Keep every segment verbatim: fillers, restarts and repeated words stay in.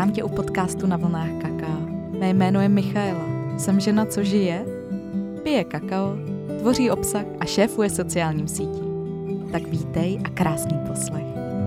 Vítám tě u podcastu Na vlnách kaká. Mé jméno je Michaela. Jsem žena, co žije, pije kakao, tvoří obsah a šéfuje sociálním sítím. Tak vítej a krásný poslech.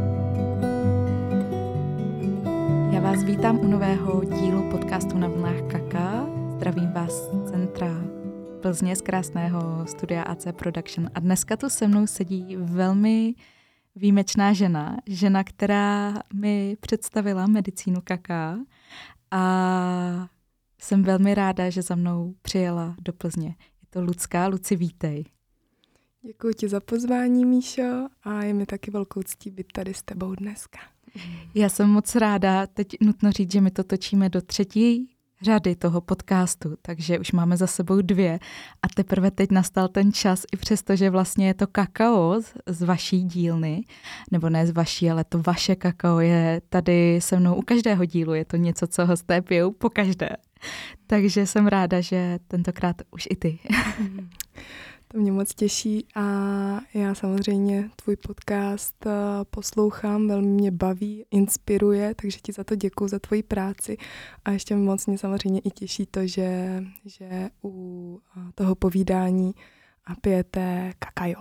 Já vás vítám u nového dílu podcastu Na vlnách kaká. Zdravím vás z centra Plzně z krásného studia A C Production. A dneska tu se mnou sedí velmi výjimečná žena, žena, která mi představila medicínu kaká a jsem velmi ráda, že za mnou přijela do Plzně. Je to Lucka. Luci, vítej. Děkuji ti za pozvání, Míšo, a je mi taky velkou ctí být tady s tebou dneska. Já jsem moc ráda, teď nutno říct, že my to točíme do třetí řady toho podcastu, takže už máme za sebou dvě a teprve teď nastal ten čas, i přesto, že vlastně je to kakao z, z vaší dílny, nebo ne z vaší, ale to vaše kakao je tady se mnou u každého dílu, je to něco, co hosté pijou po každé. Takže jsem ráda, že tentokrát už i ty. To mě moc těší a já samozřejmě tvůj podcast poslouchám, velmi mě baví, inspiruje, takže ti za to děkuju, za tvoji práci a ještě moc mě samozřejmě i těší to, že, že u toho povídání a pijete kakao.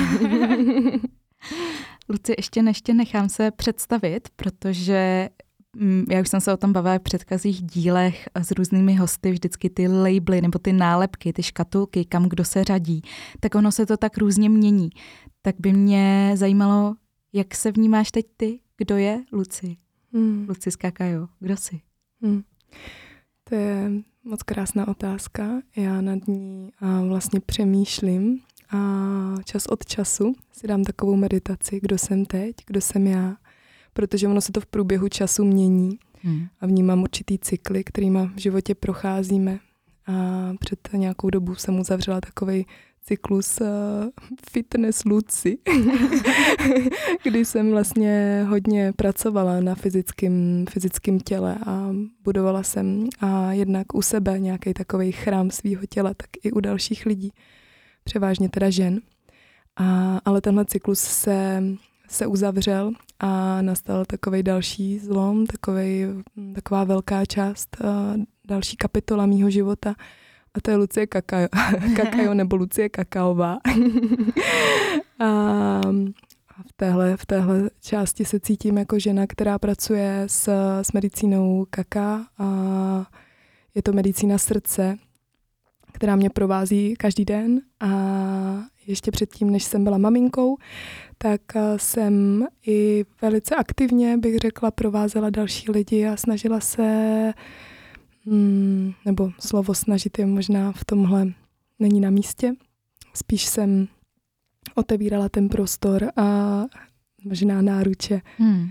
Luci, ještě než tě nechám se představit, protože já už jsem se o tom bavila v předchozích dílech s různými hosty, vždycky ty labely nebo ty nálepky, ty škatulky, kam kdo se řadí, tak ono se to tak různě mění. Tak by mě zajímalo, jak se vnímáš teď ty? Kdo je Luci? Hmm. Luci z kakao. Kdo jsi? Hmm. To je moc krásná otázka. Já nad ní vlastně přemýšlím a čas od času si dám takovou meditaci, kdo jsem teď, kdo jsem já. Protože ono se to v průběhu času mění hmm. a vnímám určitý cykly, kterýma v životě procházíme. A před nějakou dobu jsem uzavřela takovej cyklus uh, fitness Luci, kdy jsem vlastně hodně pracovala na fyzickém, fyzickém těle a budovala jsem a jednak u sebe nějaký takovej chrám svýho těla, tak i u dalších lidí, převážně teda žen. A, ale tenhle cyklus se se uzavřel a nastal takovej další zlom, takovej, taková velká část, uh, další kapitola mýho života a to je Lucie kakao, kakao nebo Lucie kakaová. a, a v téhle, v téhle části se cítím jako žena, která pracuje s, s medicínou kaká a je to medicína srdce, která mě provází každý den a ještě předtím, než jsem byla maminkou, tak jsem i velice aktivně, bych řekla, provázela další lidi a snažila se, hmm, nebo slovo snažit je možná v tomhle není na místě. Spíš jsem otevírala ten prostor a možná náruče. Hmm.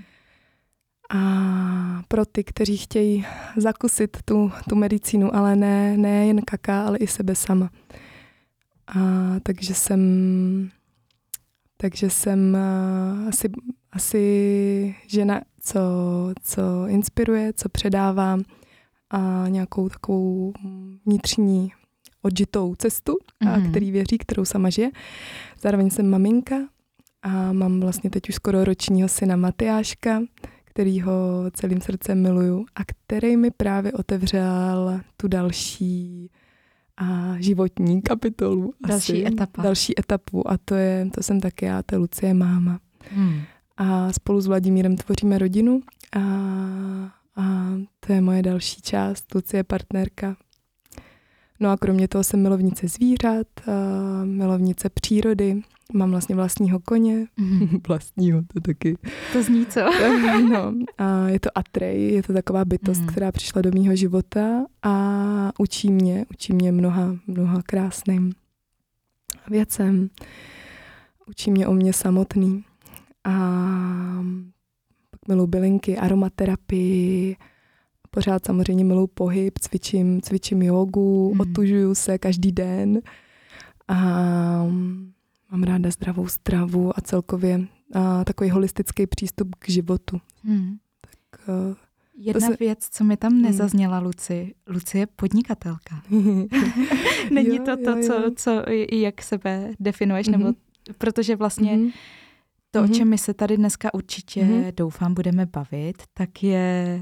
A pro ty, kteří chtějí zakusit tu, tu medicínu, ale ne, ne jen kaká, ale i sebe sama. A takže jsem, takže jsem asi, asi žena, co, co inspiruje, co předává a nějakou takovou vnitřní odžitou cestu, mm-hmm. a který věří, kterou sama žije. Zároveň jsem maminka a mám vlastně teď už skoro ročního syna Matyáška, kterýho celým srdcem miluju a který mi právě otevřel tu další a životní kapitolu. Další asi. etapa. Další etapu a to, je, to jsem taky já, to je Lucie máma. Hmm. A spolu s Vladimírem tvoříme rodinu a, a to je moje další část, Lucie partnerka. No a kromě toho jsem milovnice zvířat, milovnice přírody, mám vlastně vlastního koně. Mm. vlastního, to taky. To zní co? No, a je to Atrej, je to taková bytost, mm. která přišla do mýho života a učí mě, učí mě mnoha, mnoha krásným věcem. Učí mě o mě samotný. A pak miluji bylinky, aromaterapii, pořád samozřejmě miluji pohyb, cvičím, cvičím jogu, mm. otužuju se každý den a mám ráda zdravou stravu a celkově a takový holistický přístup k životu. Hmm. Tak, uh, Jedna se... věc, co mi tam nezazněla, Luci. Luci je podnikatelka. Není jo, to to, jo, jo. Co, co, jak sebe definuješ, mm-hmm. nebo protože vlastně mm-hmm. to, o čem my se tady dneska určitě, mm-hmm. doufám, budeme bavit, tak je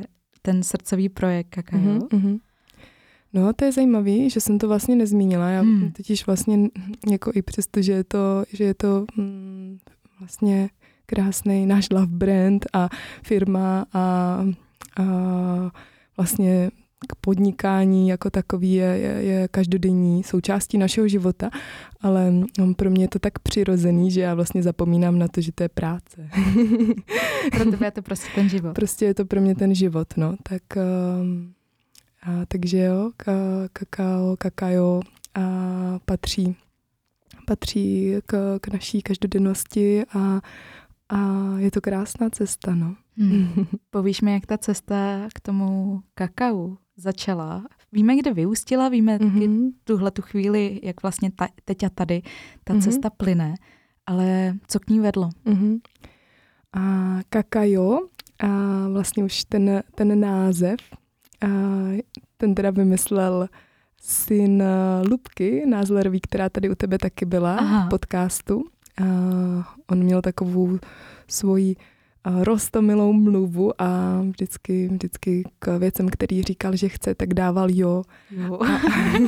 ten srdcový projekt kakao. Mm-hmm. No, to je zajímavý, že jsem to vlastně nezmínila. Já hmm. totiž vlastně jako i přesto, že je to, že je to mm, vlastně krásný náš love brand a firma a, a vlastně podnikání jako takový je, je, je každodenní součástí našeho života, ale pro mě je to tak přirozený, že já vlastně zapomínám na to, že to je práce. Pro tebe je to prostě ten život. Prostě je to pro mě ten život, no. Tak, a, takže jo, kakao, kakao a patří, patří k, k naší každodennosti a, a je to krásná cesta, no. Hmm. Povíš mi, jak ta cesta k tomu kakao začala. Víme, kde vyústila, víme mm-hmm. tuhle tu chvíli, jak vlastně ta, teď a tady ta mm-hmm. cesta plyne, ale co k ní vedlo? Mm-hmm. A kakao, a vlastně už ten, ten název, a ten teda vymyslel syn Lubky Názlerový, která tady u tebe taky byla Aha. v podcastu. A on měl takovou svoji roztomilou mluvu a vždycky, vždycky k věcem, který říkal, že chce, tak dával jo. jo. A,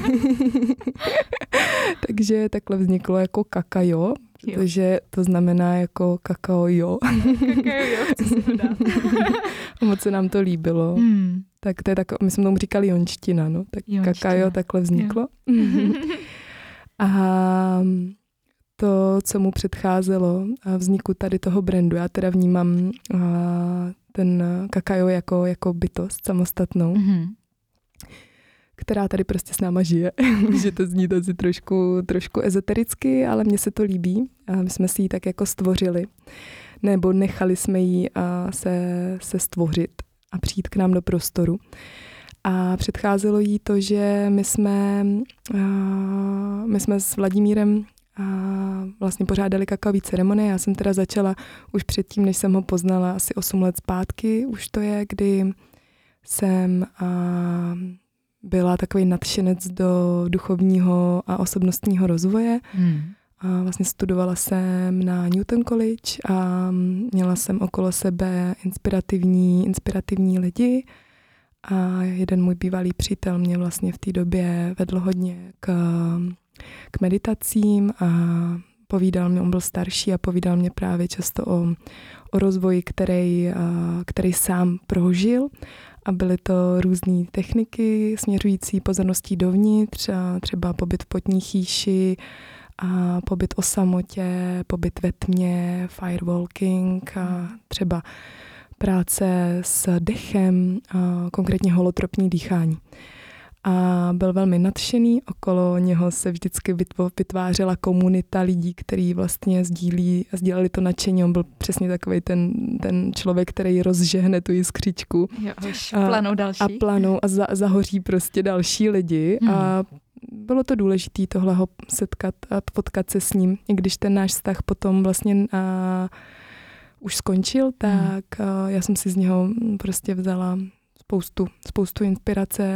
takže takhle vzniklo jako kakao, protože to znamená jako kakao jo. Kakao jo, chci si to dát. A moc se nám to líbilo. Hmm. Tak to je tak, my jsme tomu říkali jonština, no. Tak jonština. Kakao takhle vzniklo. A to, co mu předcházelo vzniku tady toho brandu. Já teda vnímám ten kakao jako, jako bytost samostatnou, mm-hmm. která tady prostě s náma žije. Může to znít asi trošku, trošku ezotericky, ale mně se to líbí. A my jsme si ji tak jako stvořili. Nebo nechali jsme ji se, se stvořit a přijít k nám do prostoru. A předcházelo jí to, že my jsme, my jsme s Vladimírem a vlastně pořádali kakaový ceremonie. Já jsem teda začala už předtím, než jsem ho poznala, asi osm let zpátky. Už to je, kdy jsem a, byla takový nadšenec do duchovního a osobnostního rozvoje. Hmm. A vlastně studovala jsem na Newton College a měla jsem okolo sebe inspirativní, inspirativní lidi. A jeden můj bývalý přítel mě vlastně v té době vedl hodně k k meditacím a povídal mě, on byl starší a povídal mě právě často o, o rozvoji, který, který sám prožil a byly to různé techniky směřující pozorností dovnitř, třeba pobyt v potní chýši, a pobyt o samotě, pobyt ve tmě, firewalking a třeba práce s dechem, a konkrétně holotropní dýchání. A byl velmi nadšený, okolo něho se vždycky vytvářela komunita lidí, kteří vlastně sdílí, sdíleli to nadšení. On byl přesně takový ten, ten člověk, který rozžehne tu jiskřičku. Jo, a planou další. A planou a za, zahoří prostě další lidi. Hmm. A bylo to důležité tohle ho setkat a potkat se s ním. I když ten náš vztah potom vlastně a, už skončil, tak hmm. a, já jsem si z něho prostě vzala spoustu, spoustu inspirace,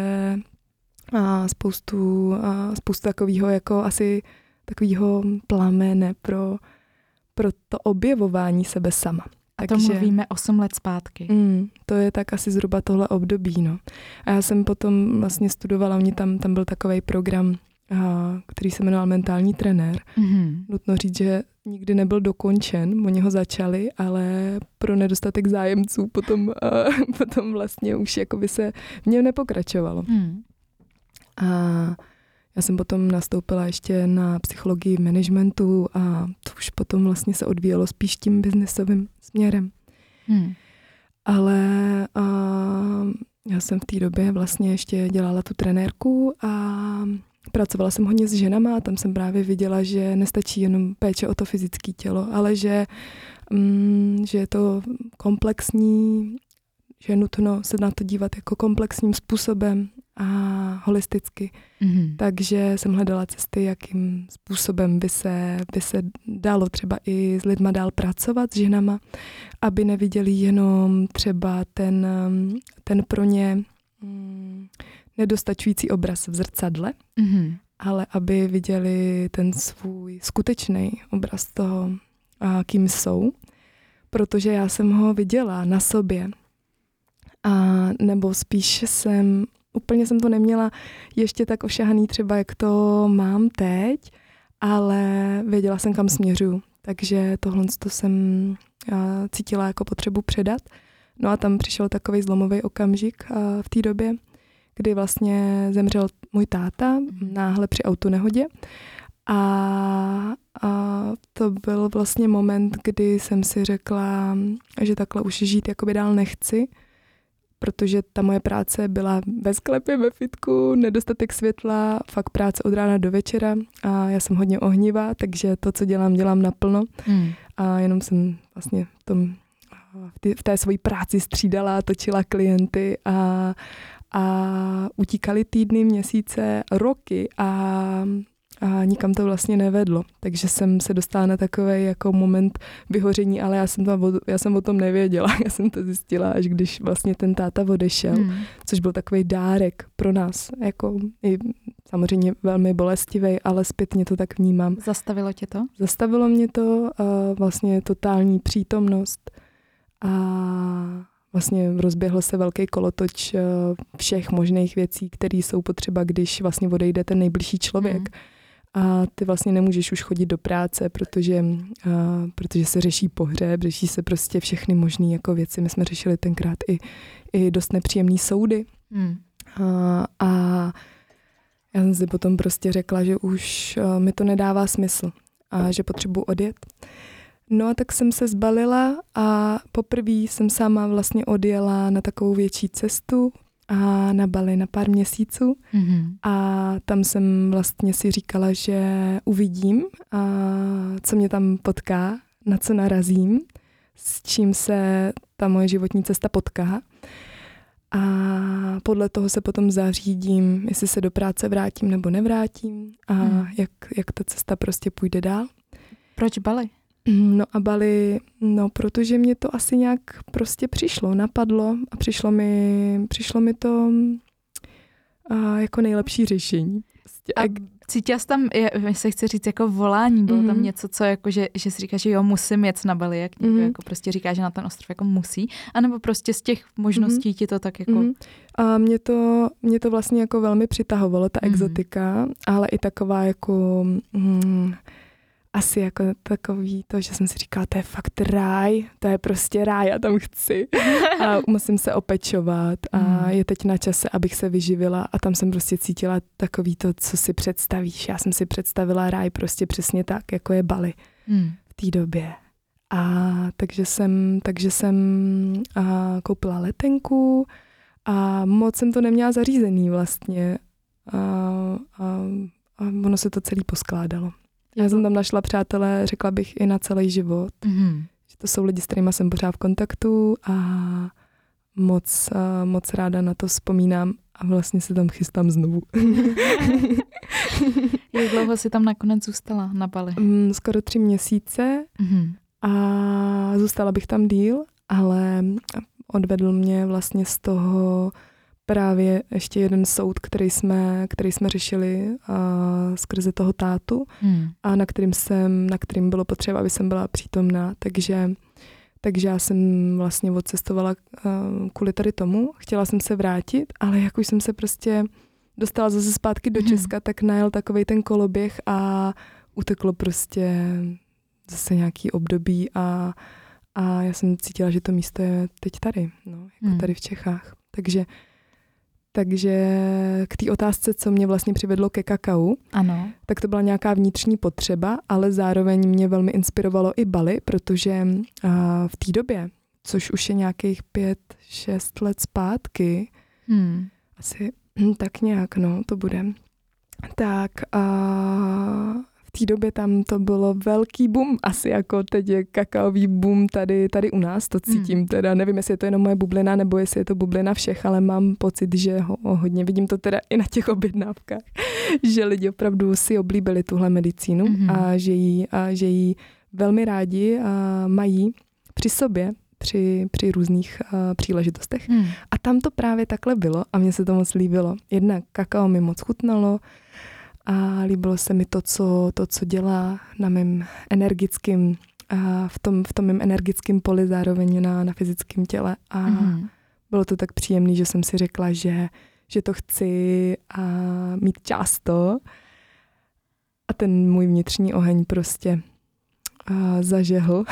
a spoustu, a spoustu takového jako asi takového plamene pro, pro to objevování sebe sama. A to Takže, mluvíme osm let zpátky. Mm, to je tak asi zhruba tohle období, no. A já jsem potom vlastně studovala, oni tam, tam byl takovej program, a, který se jmenoval Mentální trenér. Mm-hmm. Nutno říct, že nikdy nebyl dokončen, oni ho začali, ale pro nedostatek zájemců potom, a, potom vlastně už jakoby se v něm nepokračovalo. Mm. A já jsem potom nastoupila ještě na psychologii managementu a to už potom vlastně se odvíjelo spíš tím biznesovým směrem. Hmm. Ale a, já jsem v té době vlastně ještě dělala tu trenérku a pracovala jsem hodně s ženama a tam jsem právě viděla, že nestačí jenom péče o to fyzické tělo, ale že, mm, že je to komplexní, že je nutno se na to dívat jako komplexním způsobem a holisticky. Mm-hmm. Takže jsem hledala cesty, jakým způsobem by se, by se dalo třeba i s lidma dál pracovat, s ženama, aby neviděli jenom třeba ten, ten pro ně mm, nedostačující obraz v zrcadle, mm-hmm. ale aby viděli ten svůj skutečný obraz toho, a kým jsou. Protože já jsem ho viděla na sobě. A nebo spíš jsem, úplně jsem to neměla ještě tak ošahaný třeba, jak to mám teď, ale věděla jsem, kam směřuju. Takže tohle to jsem cítila jako potřebu předat. No a tam přišel takový zlomový okamžik v té době, kdy vlastně zemřel můj táta náhle při autonehodě. A, a to byl vlastně moment, kdy jsem si řekla, že takhle už žít jakoby dál nechci, protože ta moje práce byla ve sklepě, ve fitku, nedostatek světla, fakt práce od rána do večera a já jsem hodně ohnivá, takže to, co dělám, dělám naplno hmm. a jenom jsem vlastně v, tom, v té své práci střídala, točila klienty a, a utíkaly týdny, měsíce, roky a A nikam to vlastně nevedlo. Takže jsem se dostala na takový jako moment vyhoření, ale já jsem, tam, já jsem o tom nevěděla. Já jsem to zjistila, až když vlastně ten táta odešel, hmm. což byl takový dárek pro nás. Jako i samozřejmě velmi bolestivý, ale zpětně to tak vnímám. Zastavilo tě to? Zastavilo mě to a vlastně totální přítomnost a vlastně rozběhl se velký kolotoč všech možných věcí, které jsou potřeba, když vlastně odejde ten nejbližší člověk. Hmm. A ty vlastně nemůžeš už chodit do práce, protože, a, protože se řeší pohřeb, řeší se prostě všechny možné jako věci. My jsme řešili tenkrát i, i dost nepříjemný soudy. Hmm. A, a já jsem si potom prostě řekla, že už mi to nedává smysl a že potřebuji odjet. No a tak jsem se zbalila a poprvé jsem sama vlastně odjela na takovou větší cestu a na Bali na pár měsíců mm-hmm. a tam jsem vlastně si říkala, že uvidím, a co mě tam potká, na co narazím, s čím se ta moje životní cesta potká a podle toho se potom zařídím, jestli se do práce vrátím nebo nevrátím a mm. jak, jak ta cesta prostě půjde dál. Proč Bali? No a Bali, no protože mě to asi nějak prostě přišlo, napadlo a přišlo mi, přišlo mi to a, jako nejlepší řešení. A cítila jsi tam, já se chci říct, jako volání, bylo mm-hmm. tam něco, co jako, že, že si říkáš, že jo, musím jet na Bali, jak někdo mm-hmm. jako prostě říká, že na ten ostrov jako musí, anebo prostě z těch možností mm-hmm. ti to tak jako... Mm-hmm. A mě to, mě to vlastně jako velmi přitahovalo, ta mm-hmm. exotika, ale i taková jako... Mm, asi jako takový to, že jsem si říkala, to je fakt ráj, to je prostě ráj, já tam chci. A musím se opečovat a je teď na čase, abych se vyživila a tam jsem prostě cítila takový to, co si představíš. Já jsem si představila ráj prostě přesně tak, jako je Bali hmm. v té době. A takže jsem, takže jsem a, koupila letenku a moc jsem to neměla zařízený vlastně. A, a, a ono se to celý poskládalo. Já jsem tam našla přátelé, řekla bych, i na celý život. Mm-hmm. Že to jsou lidi, s kterými jsem pořád v kontaktu a moc, a moc ráda na to vzpomínám a vlastně se tam chystám znovu. Jak dlouho jsi tam nakonec zůstala na Bali? Mm, skoro tři měsíce mm-hmm. a zůstala bych tam díl, ale odvedl mě vlastně z toho právě ještě jeden soud, který jsme, který jsme řešili a skrze toho tátu hmm. a na kterým, jsem, na kterým bylo potřeba, aby jsem byla přítomná. Takže, takže já jsem vlastně odcestovala uh, kvůli tady tomu. Chtěla jsem se vrátit, ale jak už jsem se prostě dostala zase zpátky do Česka, hmm. tak najel takovej ten koloběh a uteklo prostě zase nějaký období a, a já jsem cítila, že to místo je teď tady, no, jako hmm. tady v Čechách. Takže Takže k té otázce, co mě vlastně přivedlo ke kakao, ano. tak to byla nějaká vnitřní potřeba, ale zároveň mě velmi inspirovalo i Bali, protože v té době, což už je nějakých pět, šest let zpátky, hmm. asi tak nějak, no, to bude, tak a v té době tam to bylo velký boom, asi jako teď je kakaový boom tady, tady u nás, to cítím hmm. teda, nevím, jestli je to jenom moje bublina, nebo jestli je to bublina všech, ale mám pocit, že ho, ho hodně, vidím to teda i na těch objednávkách, že lidi opravdu si oblíbili tuhle medicínu hmm. a, že jí, a že jí velmi rádi a mají při sobě, při, při různých uh, příležitostech. Hmm. A tam to právě takhle bylo a mně se to moc líbilo. Jednak kakao mi moc chutnalo, a líbilo se mi to, co, to, co dělá na mém energickém, a v tom, v tom mém energickém poli zároveň na, na fyzickém těle. A mm. bylo to tak příjemné, že jsem si řekla, že, že to chci a mít často. A ten můj vnitřní oheň prostě a, zažehl.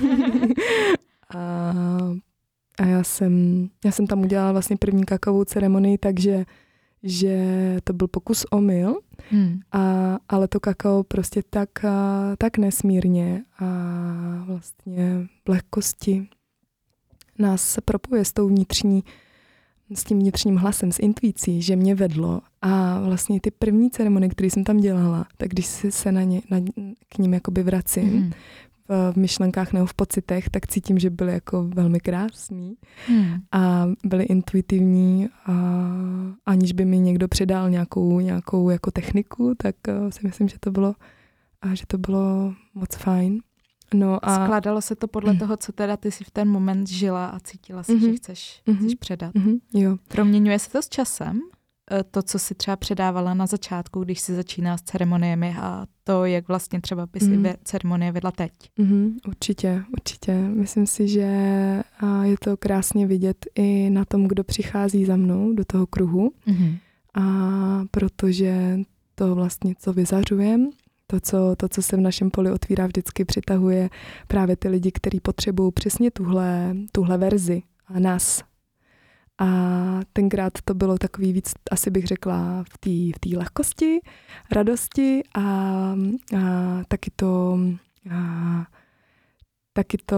a, a já jsem, já jsem tam udělala vlastně první kakaovou ceremonii, takže že to byl pokus omyl, hmm. a, ale to kakao prostě tak, a, tak nesmírně a vlastně v lehkosti nás se propojuje s tou vnitřní, s tím vnitřním hlasem, s intuicí, že mě vedlo. A vlastně ty první ceremonie, které jsem tam dělala, tak když se na ně, na, k ním jakoby vracím, hmm. v, v myšlenkách nebo v pocitech, tak cítím, že byly jako velmi krásný hmm. a byly intuitivní a aniž by mi někdo předal nějakou, nějakou jako techniku, tak uh, si myslím, že to bylo, a že to bylo moc fajn. No a skládalo se to podle mm. toho, co teda ty si v ten moment žila a cítila si, mm-hmm. že chceš, mm-hmm. chceš předat. Mm-hmm. Jo. Proměňuje se to s časem? To, co si třeba předávala na začátku, když si začíná s ceremoniemi a to, jak vlastně třeba by si mm. ceremonie vedla teď? Mm-hmm. Určitě, určitě. Myslím si, že je to krásně vidět i na tom, kdo přichází za mnou do toho kruhu. Mm-hmm. A protože to vlastně, co vyzařujem, To co, to, co se v našem poli otvírá, vždycky přitahuje právě ty lidi, kteří potřebují přesně tuhle, tuhle verzi a nás. A tenkrát to bylo takový víc, asi bych řekla, v té v té lehkosti, radosti a, a taky to a, taky to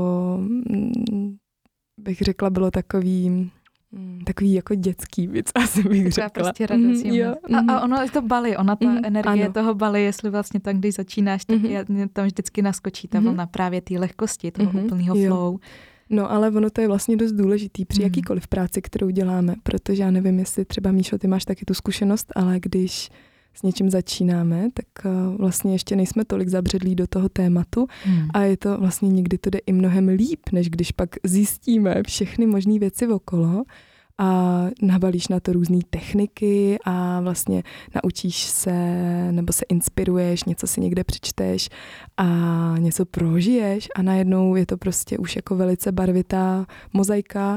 bych řekla, bylo takový takový jako dětský víc, asi bych řekla. Prostě radost. Mm, jo. A, a ono je to Bali, ona ta mm, energie ano. toho Bali, jestli vlastně tam, když začínáš, tak mm-hmm. je, tam vždycky naskočí ta vlna mm-hmm. právě té lehkosti, toho mm-hmm. úplného flow. No ale ono to je vlastně dost důležitý při mm. jakýkoliv práci, kterou děláme, protože já nevím, jestli třeba Míšo, ty máš taky tu zkušenost, ale když s něčím začínáme, tak uh, vlastně ještě nejsme tolik zabředlí do toho tématu mm. a je to vlastně někdy to jde i mnohem líp, než když pak zjistíme všechny možné věci okolo a nabalíš na to různé techniky a vlastně naučíš se nebo se inspiruješ, něco si někde přečteš a něco prožiješ a najednou je to prostě už jako velice barvitá mozaika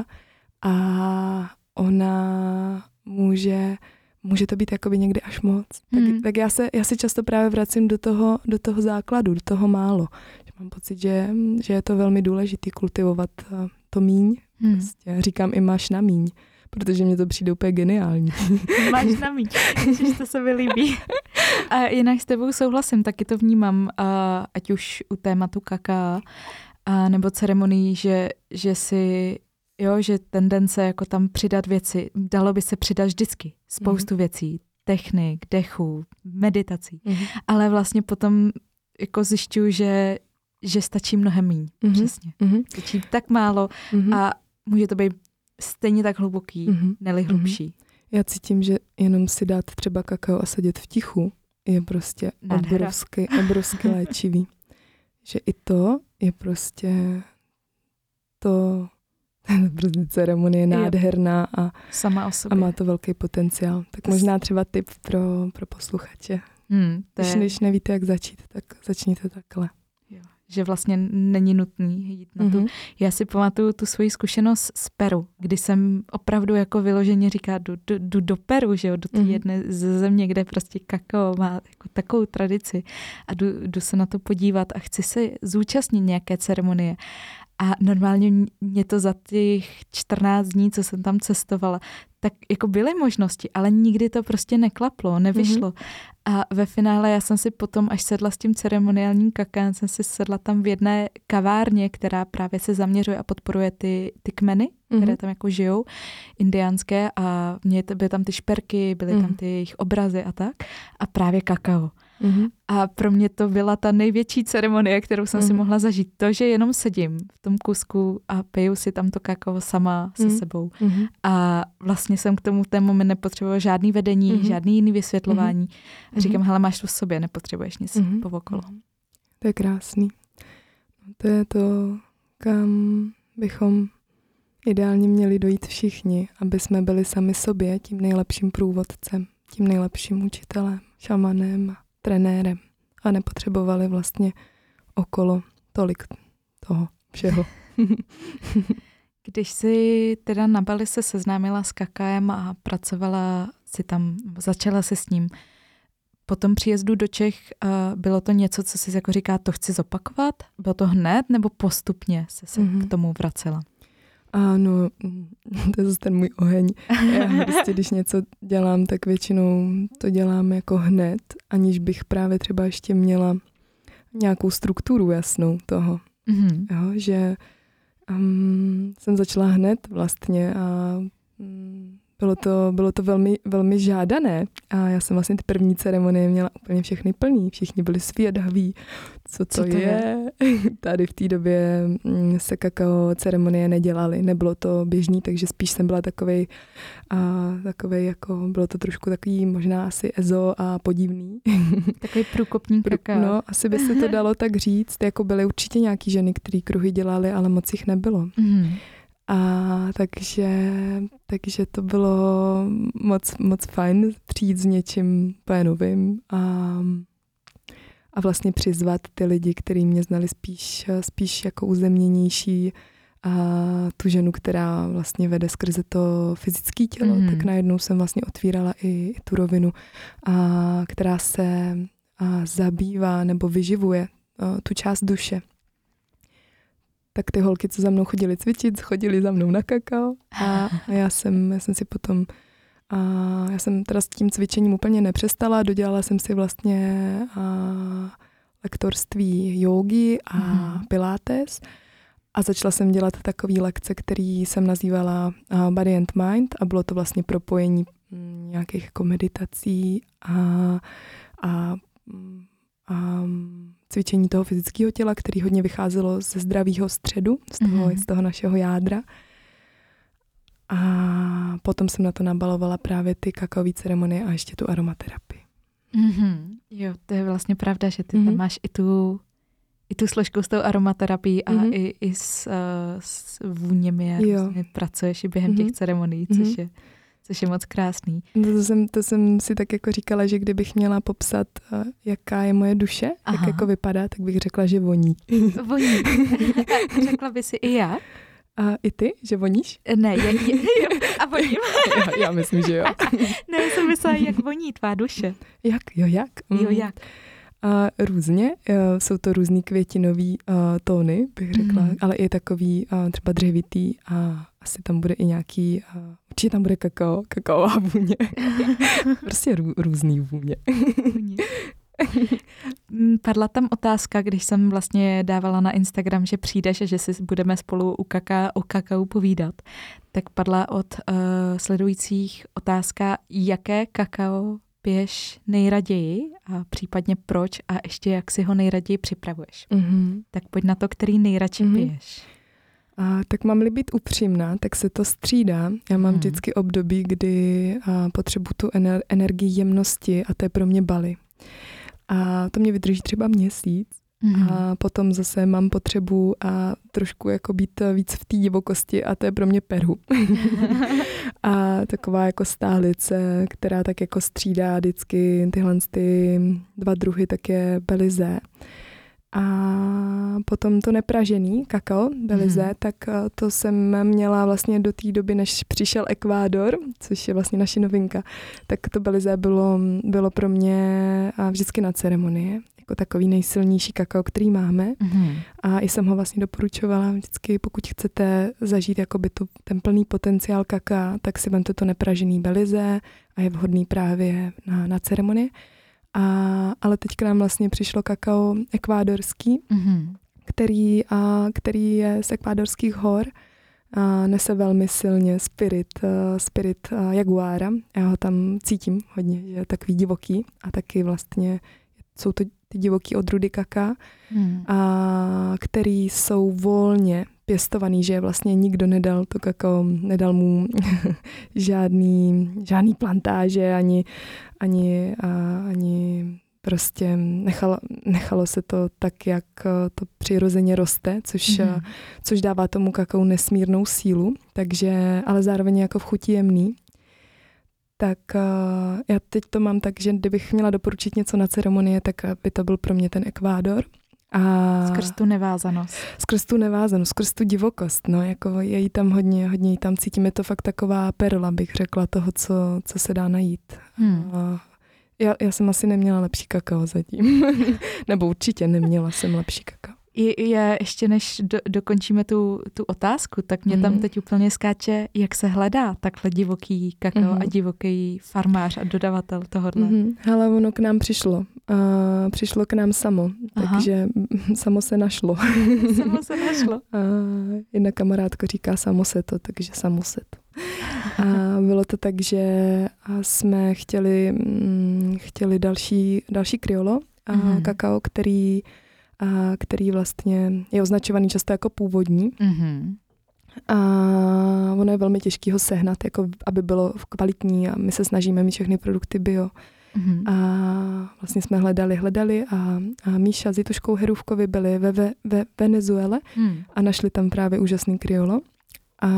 a ona může Může to být jakoby někdy až moc. Tak, hmm. tak já, se, já se často právě vracím do toho, do toho základu, do toho málo. Že mám pocit, že, že je to velmi důležité kultivovat to míň. Hmm. Prostě. Říkám i máš na míň, protože mně to přijde úplně geniální. Máš na míň, to se mi líbí. A jinak s tebou souhlasím, taky to vnímám, a ať už u tématu kaká, a nebo ceremonií, že, že si... Jo, že tendence jako tam přidat věci, dalo by se přidat vždycky spoustu mm. věcí, technik, dechů, meditací, mm. ale vlastně potom jako zjišťuju, že, že stačí mnohem míň, mm. přesně. Mm. Stačí tak málo mm. a může to být stejně tak hluboký, mm. neli hlubší. Mm. Já cítím, že jenom si dát třeba kakao a sedět v tichu je prostě obrovsky, obrovsky léčivý. Že i to je prostě to... Prostě ceremonie nádherná a, sama o sobě. A má to velký potenciál. Tak to možná třeba tip pro, pro posluchače. Hmm, to když, je... když nevíte, jak začít, tak začněte takhle. Jo, že vlastně není nutný jít na mm-hmm. tu. Já si pamatuju tu svoji zkušenost z Peru, kdy jsem opravdu jako vyloženě říká, jdu, jdu, jdu do Peru, že jo, do té mm-hmm. jedné ze země, kde prostě kakao má jako takovou tradici a jdu, jdu se na to podívat a chci se zúčastnit nějaké ceremonie. A normálně mě to za těch čtrnáct dní, co jsem tam cestovala, tak jako byly možnosti, ale nikdy to prostě neklaplo, nevyšlo. Mm-hmm. A ve finále já jsem si potom, až sedla s tím ceremoniálním kakám, jsem si sedla tam v jedné kavárně, která právě se zaměřuje a podporuje ty, ty kmeny, mm-hmm. které tam jako žijou, indiánské a mě byly tam ty šperky, byly mm-hmm. tam ty jejich obrazy a tak. A právě kakao. Mm-hmm. A pro mě to byla ta největší ceremonie, kterou jsem mm-hmm. si mohla zažít. To, že jenom sedím v tom kusku a piju si tam to kakao sama mm-hmm. se sebou. Mm-hmm. A vlastně jsem k tomu ten moment nepotřebovala žádný vedení, mm-hmm. žádný jiný vysvětlování. Mm-hmm. A říkám, hele, máš to v sobě, nepotřebuješ nic mm-hmm. povokolo. To je krásný. To je to, kam bychom ideálně měli dojít všichni, aby jsme byli sami sobě tím nejlepším průvodcem, tím nejlepším učitelem, šamanem, trenérem a nepotřebovali vlastně okolo tolik toho všeho. Když jsi teda na Bali se seznámila s kakaem a pracovala si tam, začala se s ním, po tom příjezdu do Čech uh, bylo to něco, co jsi jako říká, to chci zopakovat? Bylo to hned nebo postupně se, se mm-hmm. k tomu vracela? Ano, to je zase ten můj oheň. Já prostě, když něco dělám, tak většinou to dělám jako hned, aniž bych právě třeba ještě měla nějakou strukturu jasnou toho. Mm-hmm. Jo, že um, jsem začala hned vlastně a um, bylo to, bylo to velmi, velmi žádané a já jsem vlastně ty první ceremonie měla úplně všechny plný. Všichni byli svědaví, co to, co to je. je. Tady v té době se kakao ceremonie nedělaly, nebylo to běžný, takže spíš jsem byla takovej, a, takovej jako, bylo to trošku takový možná asi ezo a podivný. Takový průkopník kakao. No, asi by se to dalo tak říct. Jako byly určitě nějaký ženy, které kruhy dělaly, ale moc jich nebylo. Mm. A takže, takže to bylo moc, moc fajn přijít s něčím úplně novým a, a vlastně přizvat ty lidi, kteří mě znali spíš, spíš jako uzemněnější a tu ženu, která vlastně vede skrze to fyzické tělo, mm. tak najednou jsem vlastně otvírala i, i tu rovinu, a, která se a, zabývá nebo vyživuje a, tu část duše. Tak ty holky, co za mnou chodily cvičit, chodily za mnou na kakao a já jsem, já jsem si potom, a já jsem teda s tím cvičením úplně nepřestala, dodělala jsem si vlastně a, lektorství jógy a mm. pilates a začala jsem dělat takový lekce, který jsem nazývala a, Body and Mind a bylo to vlastně propojení m, nějakých jako meditací a, a, a cvičení toho fyzického těla, který hodně vycházelo ze zdravého středu, z toho, mm-hmm. z toho našeho jádra. A potom jsem na to nabalovala právě ty kakaové ceremonie a ještě tu aromaterapii. Mm-hmm. Jo, to je vlastně pravda, že ty mm-hmm. tam máš i tu, i tu složku s tou aromaterapií a mm-hmm. i, i s, uh, s vůněmi a vlastně pracuješ i během mm-hmm. těch ceremonií, což mm-hmm. je což je moc krásný. To jsem, to jsem si tak jako říkala, že kdybych měla popsat, uh, jaká je moje duše, Aha. jak jako vypadá, tak bych řekla, že voní. Voní. Řekla by si i já? A i ty, že voníš? Ne, je, je, jo, a voním. já, já myslím, že jo. Ne, já jsem myslela, jak voní tvá duše. Jak? Jo, jak? Mm. Jo, jak? A různě, uh, jsou to různý květinový uh, tóny, bych řekla, mm. ale i takový uh, třeba dřevitý a asi tam bude i nějaký, uh, určitě tam bude kakao, kakaová vůně. Prostě rů, různý vůně. Padla tam otázka, když jsem vlastně dávala na Instagram, že přijdeš a že si budeme spolu u kaká, o kakao povídat, tak padla od uh, sledujících otázka, jaké kakao piješ nejraději a případně proč a ještě jak si ho nejraději připravuješ. Mm-hmm. Tak pojď na to, který nejradši mm-hmm. piješ. A, tak mám-li být upřímná, tak se to střídá. Já mám hmm. vždycky období, kdy a, potřebuji tu ener- energii jemnosti a to je pro mě Bali. A to mě vydrží třeba měsíc. Hmm. A potom zase mám potřebu a trošku jako být víc v té divokosti a to je pro mě Peru. A taková jako stálice, která tak jako střídá vždycky tyhle ty dva druhy, tak je Belize. A potom to nepražený kakao, Belize, mm. tak to jsem měla vlastně do té doby, než přišel Ekvádor, což je vlastně naše novinka, tak to Belize bylo, bylo pro mě vždycky na ceremonie, jako takový nejsilnější kakao, který máme. Mm. A i jsem ho vlastně doporučovala vždycky, pokud chcete zažít jakoby tu, ten plný potenciál kakaa, tak si vemte to nepražený Belize a je vhodný právě na, na ceremonie. A, ale teď k nám vlastně přišlo kakao ekvádorský, mm-hmm. který, a, který je z ekvádorských hor a nese velmi silně spirit, uh, spirit uh, jaguára. Já ho tam cítím hodně, že je takový divoký a taky vlastně jsou to ty divoký odrůdy kaká, mm. a který jsou volně pěstovaný, že vlastně nikdo nedal to kakao, nedal mu žádný, žádný plantáže, ani, ani, a, ani prostě nechalo, nechalo se to tak, jak to přirozeně roste, což, mm. což dává tomu kakao nesmírnou sílu, takže, ale zároveň jako v chuti jemný. Tak uh, já teď to mám tak, že kdybych měla doporučit něco na ceremonie, tak by to byl pro mě ten Ekvádor. A skrz tu nevázanost. Skrz tu nevázanost, skrz tu divokost, no, jako je jí tam hodně, hodně jí tam cítím, je to fakt taková perla, bych řekla, toho, co, co se dá najít. Hmm. A já, já jsem asi neměla lepší kakao zatím, nebo určitě neměla jsem lepší kakao. Je, je ještě než do, dokončíme tu, tu otázku, tak mě mm. tam teď úplně skáče, jak se hledá takhle divoký kakao mm. a divoký farmář a dodavatel tohohle. Mm. Hele, ono k nám přišlo. Uh, přišlo k nám samo, Aha. takže samo se našlo. Samo se našlo. Uh, jedna kamarádka říká samo se to, takže samo se to. A bylo to tak, že jsme chtěli, mm, chtěli další, další kriolo, a mm. kakao, který a který vlastně je označovaný často jako původní. Mm-hmm. A ono je velmi těžký ho sehnat, jako aby bylo kvalitní a my se snažíme mít všechny produkty bio. Mm-hmm. A vlastně jsme hledali, hledali a, a Míša s Jituškou Herůvkovi byli ve, ve, ve Venezuele mm. a našli tam právě úžasný kriolo. A,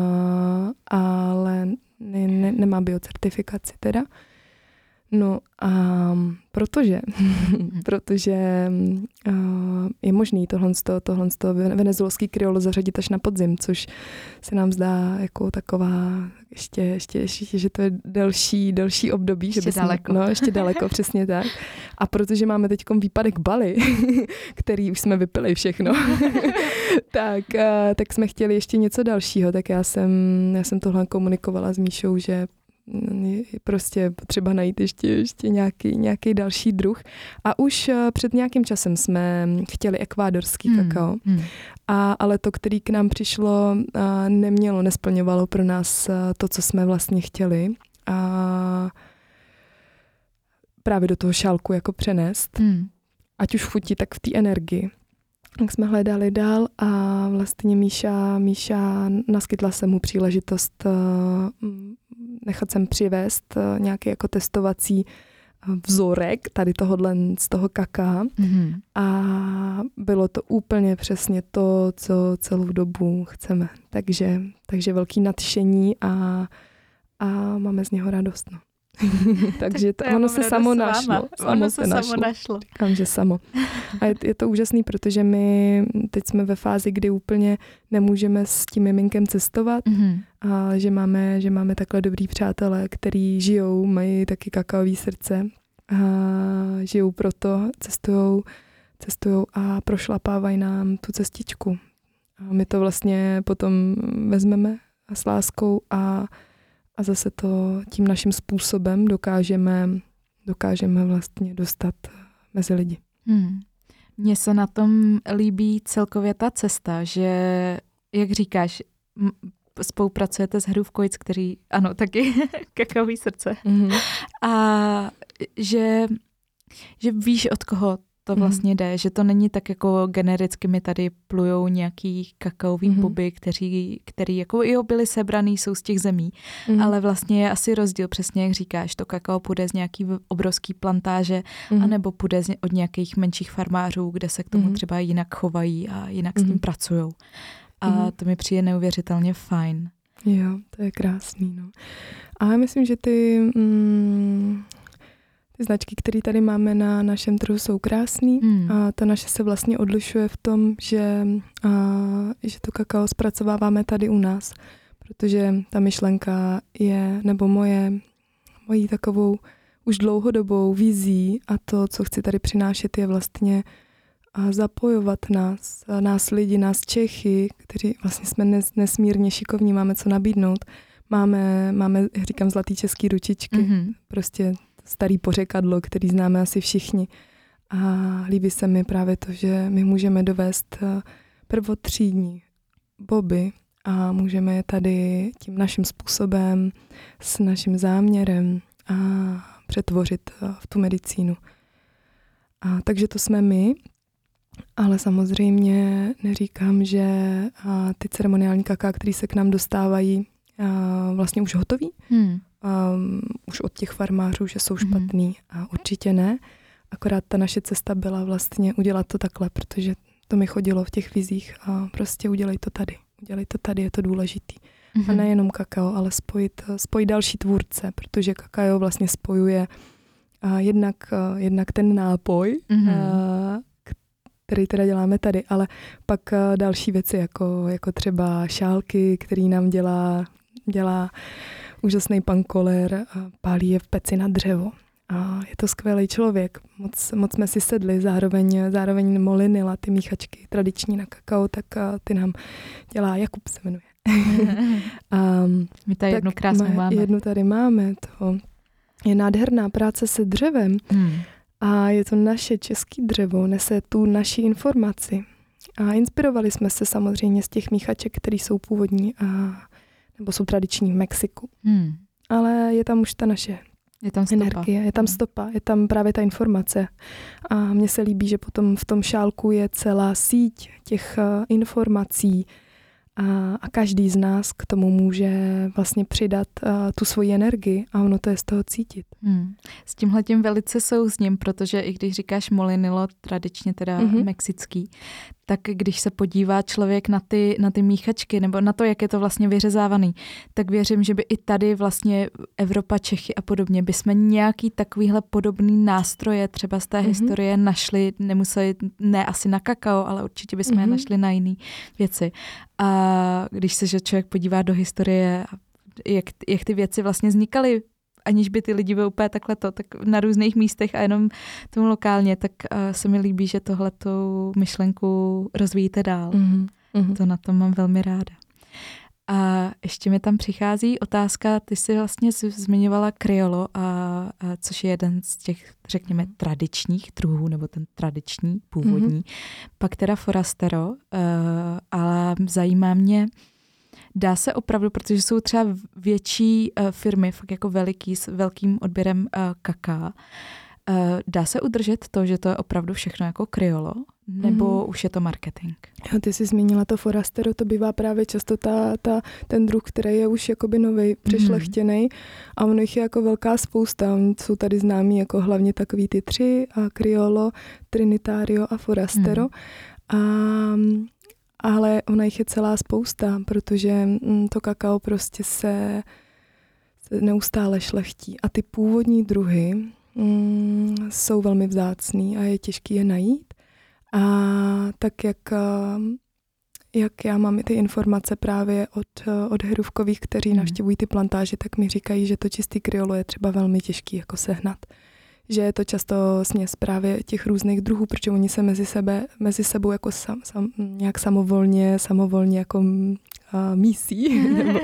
ale ne, ne, nemá biocertifikaci teda. No a protože, protože uh, je možný tohle, tohle venezuelský kriolo zařadit až na podzim, což se nám zdá jako taková ještě, ještě, ještě že to je delší, delší období. Ještě že bychom, daleko. No, ještě daleko, přesně tak. A protože máme teď výpadek Bali, který už jsme vypili všechno, tak, uh, tak jsme chtěli ještě něco dalšího, tak já jsem, já jsem tohle komunikovala s Míšou, že je prostě potřeba najít ještě, ještě nějaký, nějaký další druh. A už před nějakým časem jsme chtěli ekvádorský hmm. kakao, hmm. A, ale to, který k nám přišlo, nemělo, nesplňovalo pro nás to, co jsme vlastně chtěli. A právě do toho šálku jako přenést. Hmm. Ať už v chuti, tak v té energii. Tak jsme hledali dál a vlastně Míša, Míša naskytla se mu příležitost nechat sem přivést nějaký jako testovací vzorek tady tohodle z toho kaká. Mm-hmm. A bylo to úplně přesně to, co celou dobu chceme. Takže, takže velký nadšení a, a máme z něho radost. No. Takže to, ono se samo našlo. Samo ono se, se našlo. samo našlo. Říkám, že samo. A je, je to úžasný, protože my teď jsme ve fázi, kdy úplně nemůžeme s tím miminkem cestovat, mm-hmm. a že máme, že máme takhle dobrý přátelé, který žijou, mají taky kakaový srdce a žijou proto, cestujou, cestujou a prošlapávají nám tu cestičku. A my to vlastně potom vezmeme s láskou a A zase to tím naším způsobem dokážeme, dokážeme vlastně dostat mezi lidi. Hmm. Mně se na tom líbí celkově ta cesta, že, jak říkáš, m- spolupracujete s Herůvkovic, který, ano, taky kakaový srdce. Mm-hmm. A že, že víš, od koho to vlastně jde, že to není tak jako genericky mi tady plujou nějaký kakaový mm-hmm. boby, kteří, který jako jo, byli sebraný, jsou z těch zemí, mm-hmm. ale vlastně je asi rozdíl, přesně jak říkáš, to kakao půjde z nějaký obrovský plantáže, mm-hmm. anebo půjde od nějakých menších farmářů, kde se k tomu mm-hmm. třeba jinak chovají a jinak mm-hmm. s tím pracujou. A mm-hmm. to mi přijde neuvěřitelně fajn. Jo, to je krásný, no. A já myslím, že ty... Mm, Ty značky, které tady máme na našem trhu, jsou krásný hmm. a ta naše se vlastně odlišuje v tom, že, a, že to kakao zpracováváme tady u nás, protože ta myšlenka je, nebo moje, mojí takovou už dlouhodobou vizí a to, co chci tady přinášet, je vlastně a zapojovat nás, a nás lidi, nás Čechy, kteří vlastně jsme nes, nesmírně šikovní, máme co nabídnout. Máme, máme říkám, zlatý český ručičky, mm-hmm. prostě starý pořekadlo, který známe asi všichni. A líbí se mi právě to, že my můžeme dovést prvotřídní boby a můžeme je tady tím naším způsobem, s naším záměrem a přetvořit v tu medicínu. A takže to jsme my, ale samozřejmě neříkám, že ty ceremoniální kaká, které se k nám dostávají, vlastně už hotový. Hmm. Um, už od těch farmářů, že jsou špatný. Mm. A určitě ne. Akorát ta naše cesta byla vlastně udělat to takhle, protože to mi chodilo v těch vizích a prostě udělej to tady. Udělej to tady, je to důležitý. Mm. A nejenom kakao, ale spojit, spojit další tvůrce, protože kakao vlastně spojuje uh, jednak, uh, jednak ten nápoj, mm. uh, který teda děláme tady, ale pak další věci, jako, jako třeba šálky, který nám dělá, dělá úžasný pan Koller, pálí je v peci na dřevo. A je to skvělý člověk. Moc, moc jsme si sedli, zároveň, zároveň Molinila, ty míchačky tradiční na kakao, tak ty nám dělá, Jakub se jmenuje. A, my tady jednu krásnou má, máme. Jednu tady máme, to je nádherná práce se dřevem. Hmm. A je to naše české dřevo, nese tu naši informaci. A inspirovali jsme se samozřejmě z těch míchaček, které jsou původní a, nebo jsou tradiční v Mexiku. Hmm. Ale je tam už ta naše je tam stopa. energie, je tam stopa, je tam právě ta informace. A mně se líbí, že potom v tom šálku je celá síť těch uh, informací a, a každý z nás k tomu může vlastně přidat uh, tu svoji energii a ono to je z toho cítit. Hmm. S tímhletím velice souzním, protože i když říkáš Molinilo, tradičně teda mm-hmm. mexický, tak když se podívá člověk na ty, na ty míchačky nebo na to, jak je to vlastně vyřezávaný, tak věřím, že by i tady vlastně Evropa, Čechy a podobně bychom nějaký takovýhle podobný nástroje třeba z té mm-hmm. historie našli, nemuseli, ne asi na kakao, ale určitě bychom mm-hmm. je našli na jiné věci. A když se že člověk podívá do historie, jak, jak ty věci vlastně vznikaly, aniž by ty lidi byli úplně takhle to, tak na různých místech a jenom tomu lokálně, tak uh, se mi líbí, že tohletou myšlenku rozvíjíte dál. Mm-hmm. To na tom mám velmi ráda. A ještě mi tam přichází otázka, ty jsi vlastně zmiňovala Criollo, a, a což je jeden z těch, řekněme, tradičních druhů, nebo ten tradiční, původní. Mm-hmm. Pak teda Forastero, uh, ale zajímá mě, dá se opravdu, protože jsou třeba větší uh, firmy, fakt jako veliký, s velkým odběrem uh, kaká, uh, dá se udržet to, že to je opravdu všechno jako Criollo, nebo mm-hmm. už je to marketing? Jo, ty jsi zmínila to Forastero, to bývá právě často ta, ta, ten druh, který je už jakoby novej, přešlechtěnej mm-hmm. a ono jich je jako velká spousta. Oni jsou tady známí jako hlavně takový ty tři, a Criollo, Trinitario a Forastero. Mm. A ale ona jich je celá spousta, protože to kakao prostě se, se neustále šlechtí. A ty původní druhy mm, jsou velmi vzácný a je těžký je najít. A tak jak, jak já mám ty informace právě od, od heruvkových, kteří mm. navštěvují ty plantáže, tak mi říkají, že to čistý Criollo je třeba velmi těžký jako sehnat. Že je to často směs právě těch různých druhů, protože oni se mezi, sebe, mezi sebou jako sam, sam, nějak samovolně, samovolně jako uh, mísí. Nebo,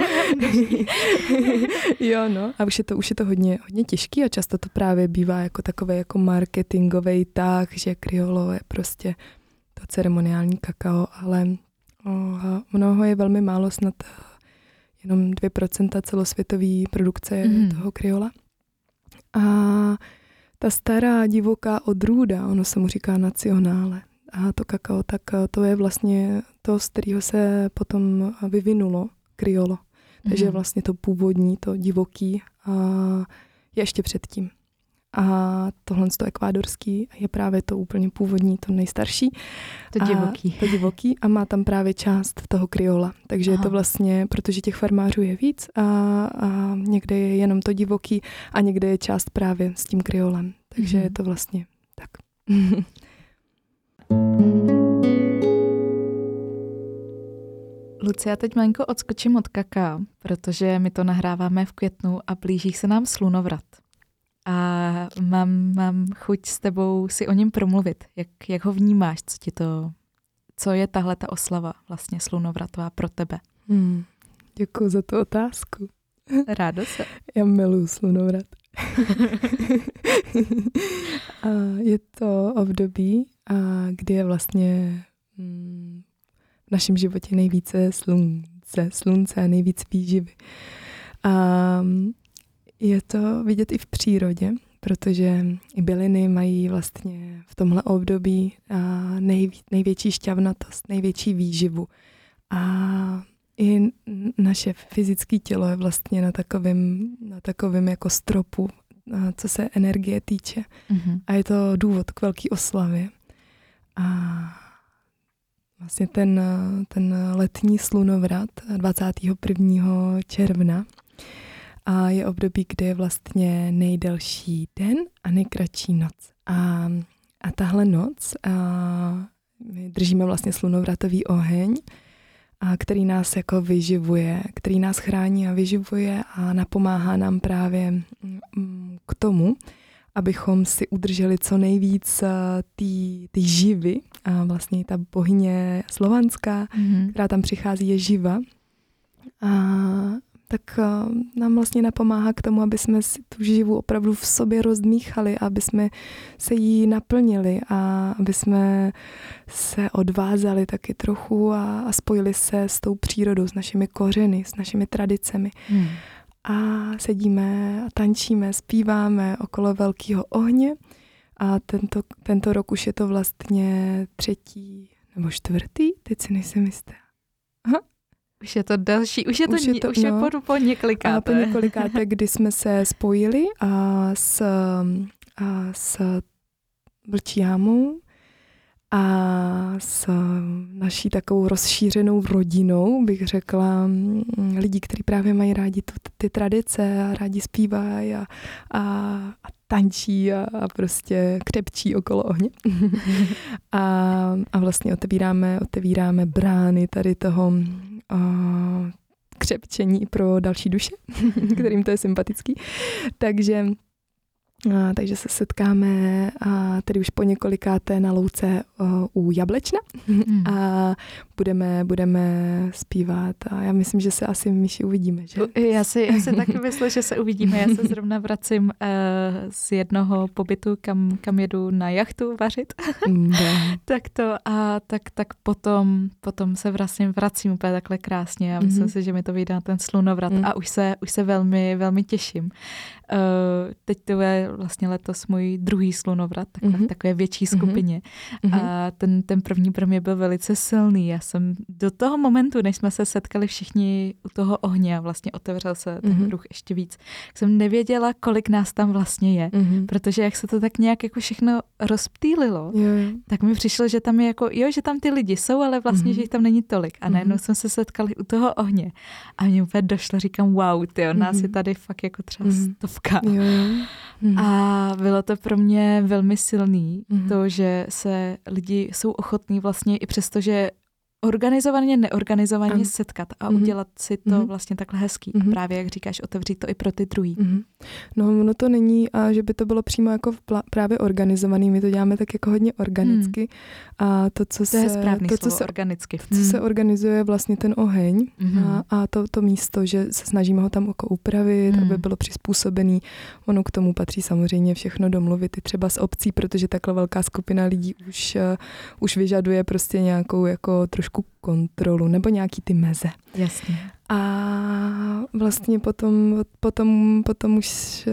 jo, no. A už je to, už je to hodně, hodně těžký a často to právě bývá jako takový jako marketingový tah, že Criollo je prostě to ceremoniální kakao, ale oh, mnoho je velmi málo, snad jenom dvě procenta celosvětové produkce mm. toho Criolla. A ta stará divoká odrůda, ono se mu říká nacionále, a to kakao, tak to je vlastně to, z kterého se potom vyvinulo Criollo. Takže mm. vlastně to původní, to divoký a je ještě předtím. A tohle to ekvádorský je právě to úplně původní, to nejstarší. To divoký. A, to divoký a má tam právě část toho Criolla. Takže Aha. je to vlastně, protože těch farmářů je víc a, a někde je jenom to divoký a někde je část právě s tím Criollem. Takže mm. je to vlastně tak. Lucie, já teď malinko odskočím od kaká, protože my to nahráváme v květnu a blíží se nám slunovrat. A mám, mám chuť s tebou si o něm promluvit. Jak, jak ho vnímáš? Co ti to, co je tahle ta oslava vlastně slunovratová pro tebe? Hmm, děkuji za tu otázku. Rádo se. Já miluji slunovrat. A je to období, a kdy je vlastně mm, v našem životě nejvíce slunce, slunce a nejvíc výživy. A je to vidět i v přírodě, protože i byliny mají vlastně v tomhle období nejví, největší šťavnatost, největší výživu. A i naše fyzické tělo je vlastně na takovém, na takovém jako stropu, co se energie týče. Mm-hmm. A je to důvod k velké oslavě. A vlastně ten, ten letní slunovrat dvacátého prvního června a je období, kde je vlastně nejdelší den a nejkratší noc. A, a tahle noc a my držíme vlastně slunovratový oheň, a který nás jako vyživuje, který nás chrání a vyživuje a napomáhá nám právě k tomu, abychom si udrželi co nejvíc ty živy. A vlastně ta bohyně slovanská, mm-hmm. která tam přichází, je živa. A tak nám vlastně napomáhá k tomu, aby jsme si tu živu opravdu v sobě rozdmíchali, aby jsme se jí naplnili a aby jsme se odvázali taky trochu a, a spojili se s tou přírodou, s našimi kořeny, s našimi tradicemi. Hmm. A sedíme a tančíme, zpíváme okolo velkého ohně a tento, tento rok už je to vlastně třetí nebo čtvrtý, teď si nejsem jistá. Aha. Už je to další, už je to, už je, to, už je no, po, po několikáté. A po několikáté, kdy jsme se spojili a s, a s vlčí jámou a s naší takovou rozšířenou rodinou, bych řekla, lidí, kteří právě mají rádi tu, ty tradice a rádi zpívají a, a, a tančí a, a prostě křepčí okolo ohně. a, a vlastně otevíráme, otevíráme brány tady toho Uh, křepčení pro další duše, kterým to je sympatický. Takže, uh, takže se setkáme uh, tedy už po několikáté na louce uh, u Jablečna mm. a budeme, budeme zpívat a já myslím, že se asi Míši uvidíme, že? Já si, já si taky myslím, že se uvidíme. Já se zrovna vracím uh, z jednoho pobytu, kam, kam jedu na jachtu vařit. Mm. tak to a tak, tak potom, potom se vracím, vracím úplně takhle krásně a myslím mm. si, že mi to vyjde na ten slunovrat mm. a už se, už se velmi, velmi těším. Uh, teď to je vlastně letos můj druhý slunovrat, takhle, mm. takové větší skupině mm. a ten, ten první pro mě byl velice silný. Já jsem do toho momentu, než jsme se setkali všichni u toho ohně a vlastně otevřel se ten mm-hmm. kruh ještě víc, jsem nevěděla, kolik nás tam vlastně je, mm-hmm. protože jak se to tak nějak jako všechno rozptýlilo, jo, jo. tak mi přišlo, že tam je jako, jo, že tam ty lidi jsou, ale vlastně, mm-hmm. že jich tam není tolik. A najednou mm-hmm. jsme se setkali u toho ohně a mě úplně došlo, říkám, wow, tyjo, nás mm-hmm. je tady fakt jako třeba mm-hmm. stovka. Jo, jo. Mm-hmm. A bylo to pro mě velmi silný, mm-hmm. to, že se lidi jsou ochotní vlastně i přesto, že organizovaně, neorganizovaně ano. setkat a mm-hmm. udělat si to mm-hmm. vlastně takhle hezký. Mm-hmm. A právě, jak říkáš, otevřít to i pro ty druhý. Mm-hmm. No, ono to není, a že by to bylo přímo jako plá- právě organizovaný. My to děláme tak jako hodně organicky. Mm. A to, co to se... je správný to, slovo, co se, organicky. Co mm. se organizuje vlastně ten oheň mm-hmm. a, a to, to místo, že se snažíme ho tam jako upravit, mm. aby bylo přizpůsobený. Ono k tomu patří samozřejmě všechno domluvit i třeba s obcí, protože takhle velká skupina lidí už, uh, už vyžaduje prostě nějakou jako trošku kontrolu nebo nějaký ty meze. Jasně. A vlastně potom, potom, potom už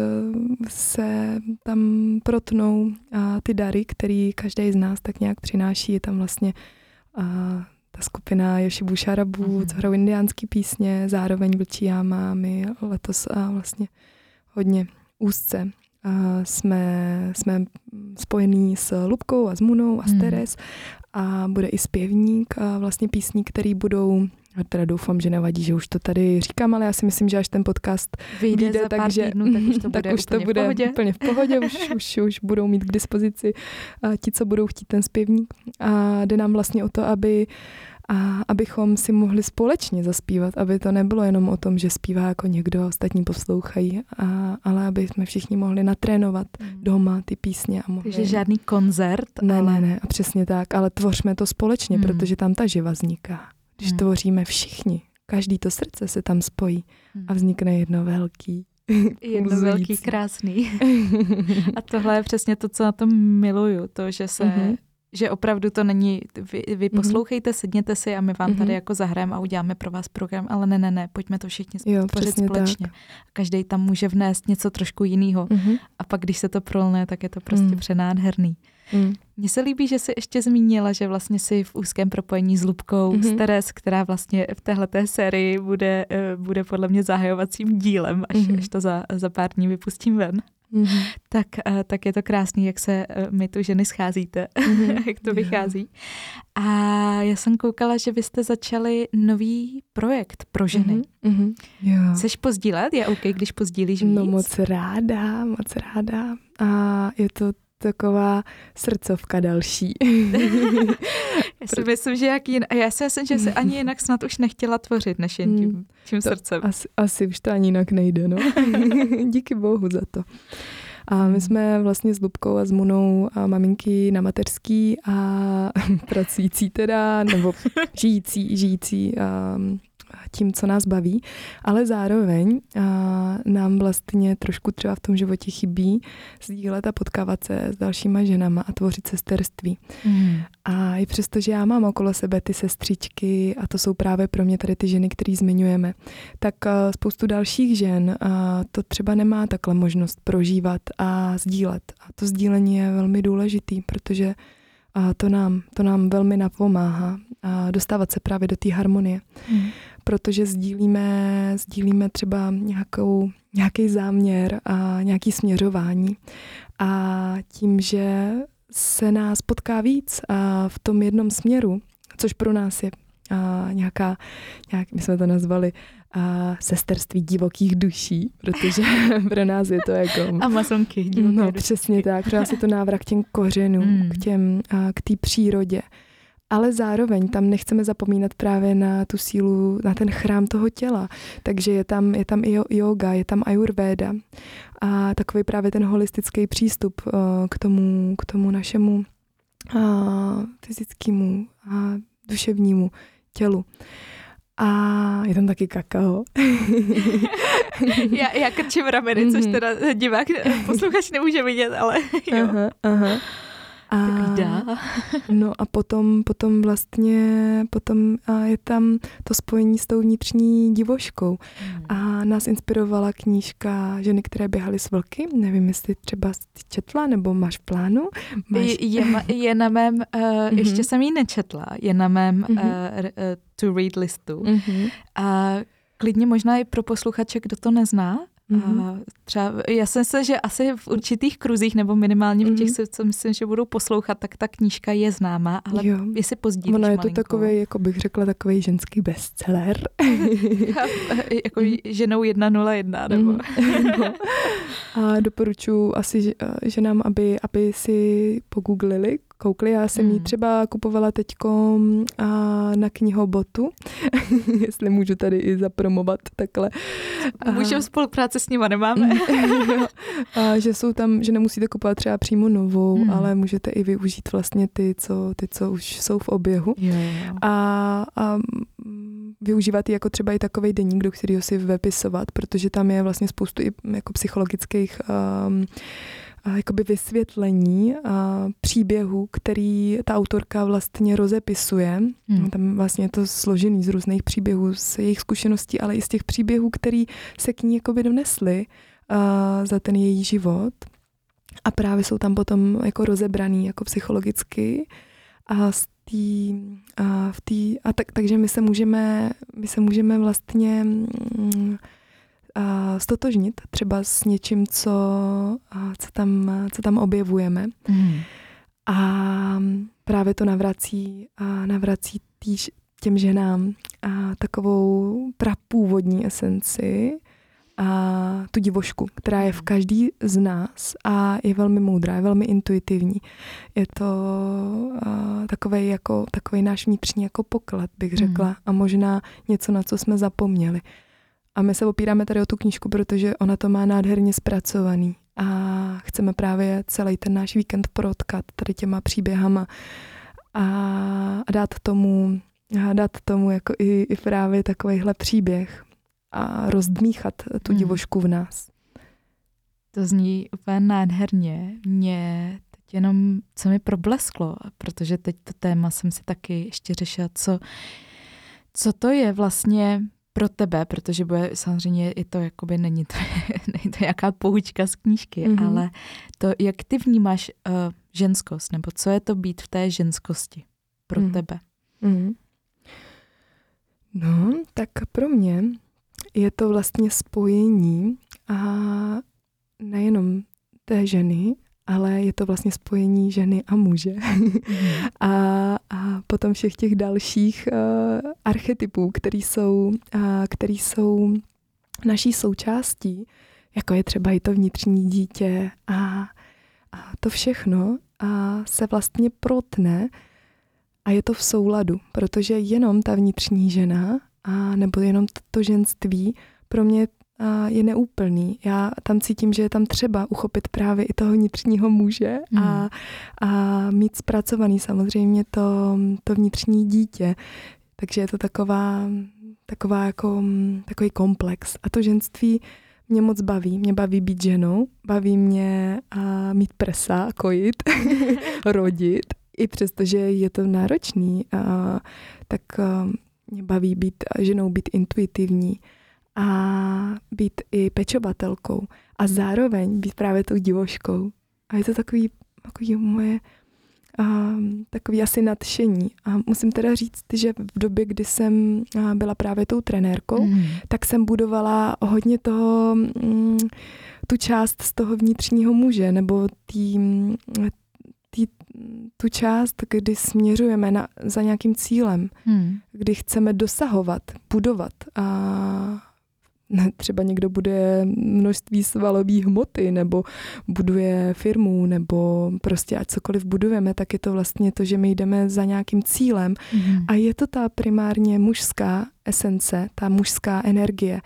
se tam protnou ty dary, který každý z nás tak nějak přináší. Je tam vlastně a, ta skupina Joshibu Sharabu, mm-hmm. co hrajou indiánský písně, zároveň Vlčí jáma. My letos a vlastně hodně úzce a jsme, jsme spojení s Lubkou a s Munou a s mm. Teres a bude i zpěvník a vlastně písní, který budou, a teda doufám, že nevadí, že už to tady říkám, ale já si myslím, že až ten podcast vyjde, vyjde, za pár takže, týdnů, tak už to tak bude, už to úplně, bude v pohodě. úplně v pohodě, už, už, už budou mít k dispozici a ti, co budou chtít ten zpěvník. A jde nám vlastně o to, aby a abychom si mohli společně zaspívat, aby to nebylo jenom o tom, že zpívá jako někdo a ostatní poslouchají, a, ale aby jsme všichni mohli natrénovat mm. doma ty písně. A mohli... Takže žádný koncert. Ne, ale... ne, ne, a přesně tak, ale tvořme to společně, mm. protože tam ta živa vzniká. Když mm. tvoříme všichni, každý to srdce se tam spojí mm. a vznikne jedno velký. Jedno velký, krásný. A tohle je přesně to, co na tom miluju, to, že se... Mm-hmm. že opravdu to není, vy, vy poslouchejte, sedněte si a my vám tady jako zahrajeme a uděláme pro vás program, ale ne, ne, ne, pojďme to všichni tvořit společně. Tak. Každý tam může vnést něco trošku jiného mm-hmm. a pak, když se to prolne, tak je to prostě mm. přenádherný. Mm. Mně se líbí, že jsi ještě zmínila, že vlastně jsi v úzkém propojení s Lubkou, mm-hmm. s Teres, která vlastně v téhleté sérii bude, bude podle mě zahajovacím dílem, až, mm-hmm. až to za, za pár dní vypustím ven. Mm-hmm. Tak, tak je to krásný, jak se my tu ženy scházíte, mm-hmm. jak to vychází. A já jsem koukala, že vy jste začali nový projekt pro ženy. Mm-hmm. Jo. Chceš pozdílet? Je OK, když pozdílíš víc? No moc ráda, moc ráda. A je to taková srdcovka další. Já si myslím, že jak jinak, já si myslím, že se ani jinak snad už nechtěla tvořit, než jen tím, tím srdcem. Asi, asi už to ani jinak nejde, no. Díky bohu za to. A my jsme vlastně s Lubkou a s Munou a maminky na mateřský a pracující teda, nebo žijící, žijící a tím, co nás baví, ale zároveň a, nám vlastně trošku třeba v tom životě chybí sdílet a potkávat se s dalšíma ženama a tvořit sesterství. Mm. A i přesto, že já mám okolo sebe ty sestřičky a to jsou právě pro mě tady ty ženy, které zmiňujeme, tak a, spoustu dalších žen a, to třeba nemá takhle možnost prožívat a sdílet. A to sdílení je velmi důležitý, protože a to nám, to nám velmi napomáhá a dostávat se právě do té harmonie. Mm. Protože sdílíme, sdílíme třeba nějakou, nějaký záměr a nějaký směřování. A tím, že se nás potká víc a v tom jednom směru, což pro nás je a nějaká, nějak, my jsme to nazvali a sesterství divokých duší, protože pro nás je to jako... Amazonky divoké No duši. přesně tak, pro nás je to návrat k těm kořenům, mm. k těm, a k té přírodě. Ale zároveň tam nechceme zapomínat právě na tu sílu, na ten chrám toho těla. Takže je tam, je tam i yoga, je tam ayurvéda a takový právě ten holistický přístup uh, k tomu, k tomu našemu uh, fyzickému a duševnímu tělu. A je tam taky kakao. já, já krčím rameny, což teda divák, posluchač nemůže vidět, ale jo. Aha, aha. A, no a potom, potom vlastně potom je tam to spojení s tou vnitřní divoškou. Hmm. A nás inspirovala knížka Ženy, které běhaly s vlky. Nevím, jestli třeba jsi četla, nebo máš v plánu. Máš... Je, je na mém, uh, mm-hmm. ještě jsem ji nečetla, je na mém mm-hmm. uh, uh, to read listu. Mm-hmm. A klidně možná i pro posluchače, kdo to nezná, Mm-hmm. A třeba, já jsem se, že asi v určitých kruzích, nebo minimálně v těch, mm-hmm. co myslím, že budou poslouchat, tak ta knížka je známá, ale jo. jestli pozdílíš Ono je to malinko. takový, jako bych řekla, takový ženský bestseller. Jako ženou jedna nula jedna, nebo? Mm-hmm. no. A doporučuji asi ženám, aby, aby si pogooglili, koukli. Já jsem mm. ji třeba kupovala teďko na knihobotu, jestli můžu tady i zapromovat takhle. Můžeme spolupráce s nima, nemáme. A že jsou tam, že nemusíte kupovat třeba přímo novou, mm. ale můžete i využít vlastně ty, co, ty, co už jsou v oběhu. Jo, jo. A, a využívat ji jako třeba i takovej deník, do kterého si vypisovat, protože tam je vlastně spoustu i jako psychologických um, jakoby vysvětlení a příběhů, který ta autorka vlastně rozepisuje. Hmm. Tam vlastně je to složený z různých příběhů, z jejich zkušeností, ale i z těch příběhů, který se k ní jakoby donesly uh, za ten její život. A právě jsou tam potom jako rozebraný jako psychologicky a z tý, a v tý, a tak, takže my se můžeme, my se můžeme vlastně mm, a stotožnit třeba s něčím, co, a co, tam, co tam objevujeme. Mm. A právě to navrací, a navrací týž, těm ženám a takovou prapůvodní esenci a tu divošku, která je v každý z nás a je velmi moudrá, je velmi intuitivní. Je to takovej, jako, takovej náš vnitřní jako poklad, bych řekla. Mm. A možná něco, na co jsme zapomněli. A my se opíráme tady o tu knížku, protože ona to má nádherně zpracovaný. A chceme právě celý ten náš víkend protkat tady těma příběhama a, a dát tomu, a dát tomu jako i, i právě takovejhle příběh a rozdmíchat tu hmm. divošku v nás. To zní úplně nádherně. Mě teď jenom, co mi problesklo, protože teď to téma jsem si taky ještě řešila, co, co to je vlastně pro tebe, protože bude, samozřejmě je to jakoby, není to, není to nějaká poučka z knížky, mm-hmm. ale to, jak ty vnímáš uh, ženskost, nebo co je to být v té ženskosti pro mm. tebe? Mm. No, tak pro mě je to vlastně spojení a nejenom té ženy, ale je to vlastně spojení ženy a muže. Mm. a, a potom všech těch dalších uh, archetypů, který jsou, uh, který jsou naší součástí, jako je třeba i to vnitřní dítě a, a to všechno a se vlastně protne a je to v souladu, protože jenom ta vnitřní žena a nebo jenom to, to ženství pro mě a je neúplný. Já tam cítím, že je tam třeba uchopit právě i toho vnitřního muže mm. a, a mít zpracovaný samozřejmě to, to vnitřní dítě. Takže je to taková, taková jako, takový komplex. A to ženství mě moc baví. Mě baví být ženou, baví mě a mít prsa, kojit, rodit. I přesto, že je to náročný, a, tak a, mě baví být ženou, být intuitivní a být i pečovatelkou a zároveň být právě tou divoškou. A je to takový, takový moje um, takový asi nadšení. A musím teda říct, že v době, kdy jsem byla právě tou trenérkou, mm. tak jsem budovala hodně toho, um, tu část z toho vnitřního muže, nebo tý, tý, tu část, kdy směřujeme na, za nějakým cílem, mm. kdy chceme dosahovat, budovat a třeba někdo buduje množství svalové hmoty nebo buduje firmu nebo prostě ať cokoliv budujeme, tak je to vlastně to, že my jdeme za nějakým cílem mm. a je to ta primárně mužská esence, ta mužská energie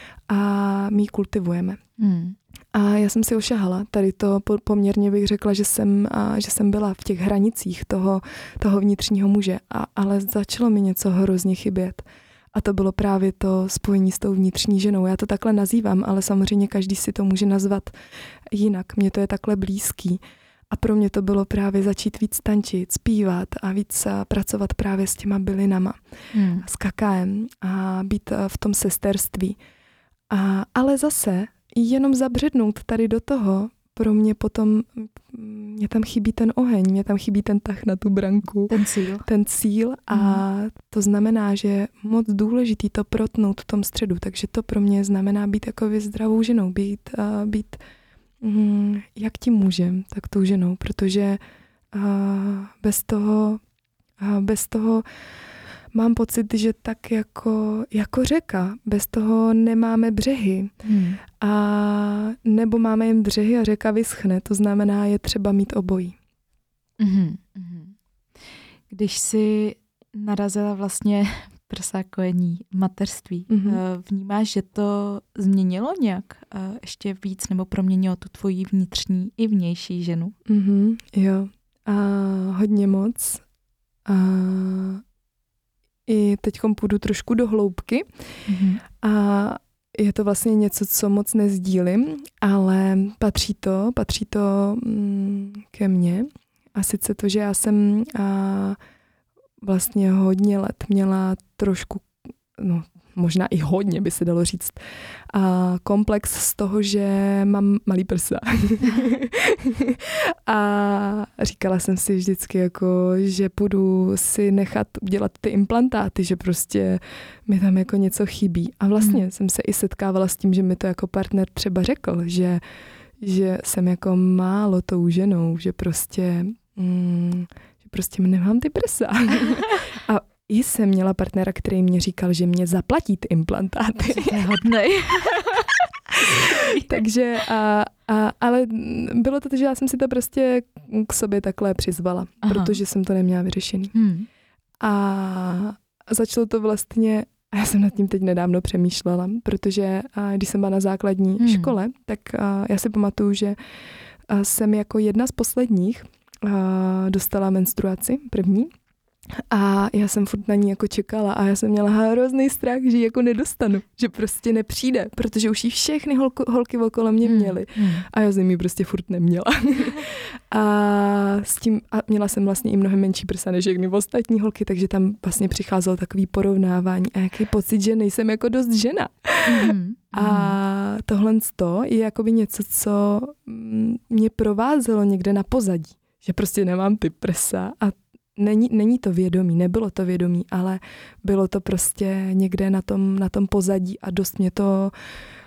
a my ji kultivujeme. Mm. A já jsem si ošahala, tady to poměrně bych řekla, že jsem, a, že jsem byla v těch hranicích toho, toho vnitřního muže, a, ale začalo mi něco hrozně chybět. A to bylo právě to spojení s tou vnitřní ženou. Já to takhle nazývám, ale samozřejmě každý si to může nazvat jinak. Mně to je takhle blízký. A pro mě to bylo právě začít víc tančit, zpívat a víc pracovat právě s těma bylinama, hmm. s kakaem a být v tom sesterství. A, ale zase jenom zabřednout tady do toho, pro mě potom, mě tam chybí ten oheň, mě tam chybí ten tah na tu branku. Ten cíl. Ten cíl a mm. to znamená, že je moc důležitý to protnout v tom středu, takže to pro mě znamená být jako zdravou ženou, být, uh, být um, jak tím mužem, tak tou ženou, protože uh, bez toho, uh, bez toho mám pocit, že tak jako, jako řeka, bez toho nemáme břehy. Hmm. A nebo máme jen břehy a řeka vyschne, to znamená, je třeba mít obojí. Mm-hmm. Když jsi narazila vlastně prsa kojení mateřství, mm-hmm. vnímáš, že to změnilo nějak ještě víc nebo proměnilo tu tvoji vnitřní i vnější ženu? Mm-hmm. Jo, a hodně moc. A i teďkom půjdu trošku do hloubky mm-hmm. a je to vlastně něco, co moc nezdílím, ale patří to, patří to mm, ke mně. A sice to, že já jsem a, vlastně hodně let měla trošku, no možná i hodně by se dalo říct, a komplex z toho, že mám malý prsa. A říkala jsem si vždycky, jako, že půjdu si nechat udělat ty implantáty, že prostě mi tam jako něco chybí. A vlastně hmm. jsem se i setkávala s tím, že mi to jako partner třeba řekl, že, že jsem jako málo tou ženou, že prostě, mm, že prostě nemám ty prsa. A i jsem měla partnera, který mě říkal, že mě zaplatí ty implantáty. To je hodnej. Takže, a, a, ale bylo to, že já jsem si to prostě k sobě takhle přizvala, aha. protože jsem to neměla vyřešený. Hmm. A začalo to vlastně, a já jsem nad tím teď nedávno přemýšlela, protože a, když jsem byla na základní hmm. škole, tak a, já si pamatuju, že a, jsem jako jedna z posledních a, dostala menstruaci, první. A já jsem furt na ní jako čekala a já jsem měla hrozný strach, že ji jako nedostanu, že prostě nepřijde, protože už jí všechny holko, holky okolo mě měly hmm. a já jsem ji prostě furt neměla. A s tím a měla jsem vlastně i mnohem menší prsa než všechny ostatní holky, takže tam vlastně přicházelo takový porovnávání a jaký pocit, že nejsem jako dost žena. Hmm. A tohle je jakoby něco, co mě provázelo někde na pozadí, že prostě nemám ty prsa a Není, není to vědomí, nebylo to vědomí, ale bylo to prostě někde na tom, na tom pozadí a dost mě to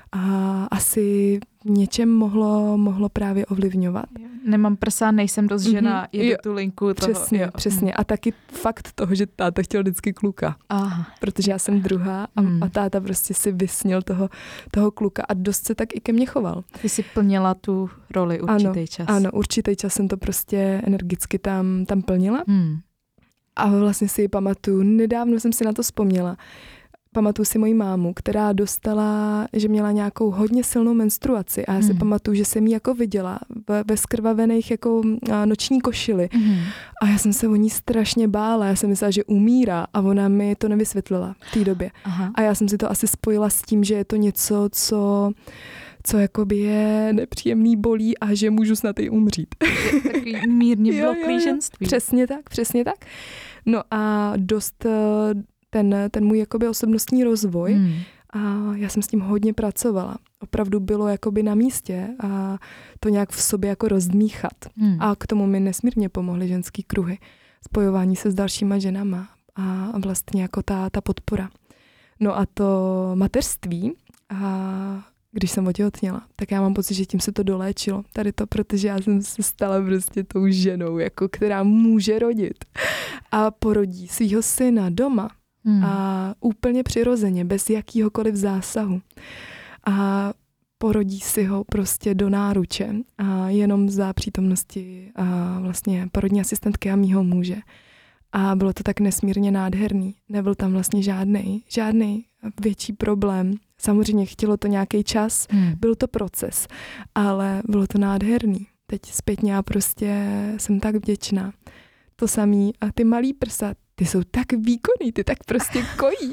a asi něčem mohlo, mohlo právě ovlivňovat. Nemám prsa, nejsem dost žena, Mm-hmm. jedu tu linku toho. Přesně, jo. přesně. A taky fakt toho, že táta chtěl vždycky kluka. Aha. Protože já jsem druhá a, Mm. a táta prostě si vysnil toho, toho kluka a dost se tak i ke mně choval. Ty jsi plnila tu roli určitý ano, čas. Ano, určitý čas jsem to prostě energicky tam, tam plnila. Hmm. A vlastně si ji pamatuju, nedávno jsem si na to vzpomněla. Pamatuju si moji mámu, která dostala, že měla nějakou hodně silnou menstruaci a já si Hmm. pamatuju, že jsem ji jako viděla ve, ve skrvavených jako a, noční košili Hmm. a já jsem se o ní strašně bála, já jsem myslela, že umírá a ona mi to nevysvětlila v té době. Aha. A já jsem si to asi spojila s tím, že je to něco, co, co jakoby je nepříjemný, bolí a že můžu snad i umřít. Takový mírně Jo, jo, jo. bloklíženství. Přesně tak, přesně tak. No a dost eh, ten, ten můj jakoby osobnostní rozvoj Hmm. a já jsem s tím hodně pracovala. Opravdu bylo jakoby na místě a to nějak v sobě jako rozdmíchat. Hmm. A k tomu mi nesmírně pomohly ženský kruhy. Spojování se s dalšíma ženama a vlastně jako ta, ta podpora. No a to mateřství, a když jsem otěhotněla, tak já mám pocit, že tím se to doléčilo. Tady to, protože já jsem se stala prostě tou ženou, jako která může rodit. A porodí svýho syna doma Hmm. a úplně přirozeně, bez jakýhokoliv zásahu. A porodí si ho prostě do náruče a jenom za přítomnosti a vlastně porodní asistentky a mýho muže. A bylo to tak nesmírně nádherný. Nebyl tam vlastně žádnej, žádnej větší problém. Samozřejmě chtělo to nějaký čas, Hmm. byl to proces, ale bylo to nádherný. Teď zpětně já prostě jsem tak vděčná. To samý a ty malý prsa, ty jsou tak výkonný, ty tak prostě kojí,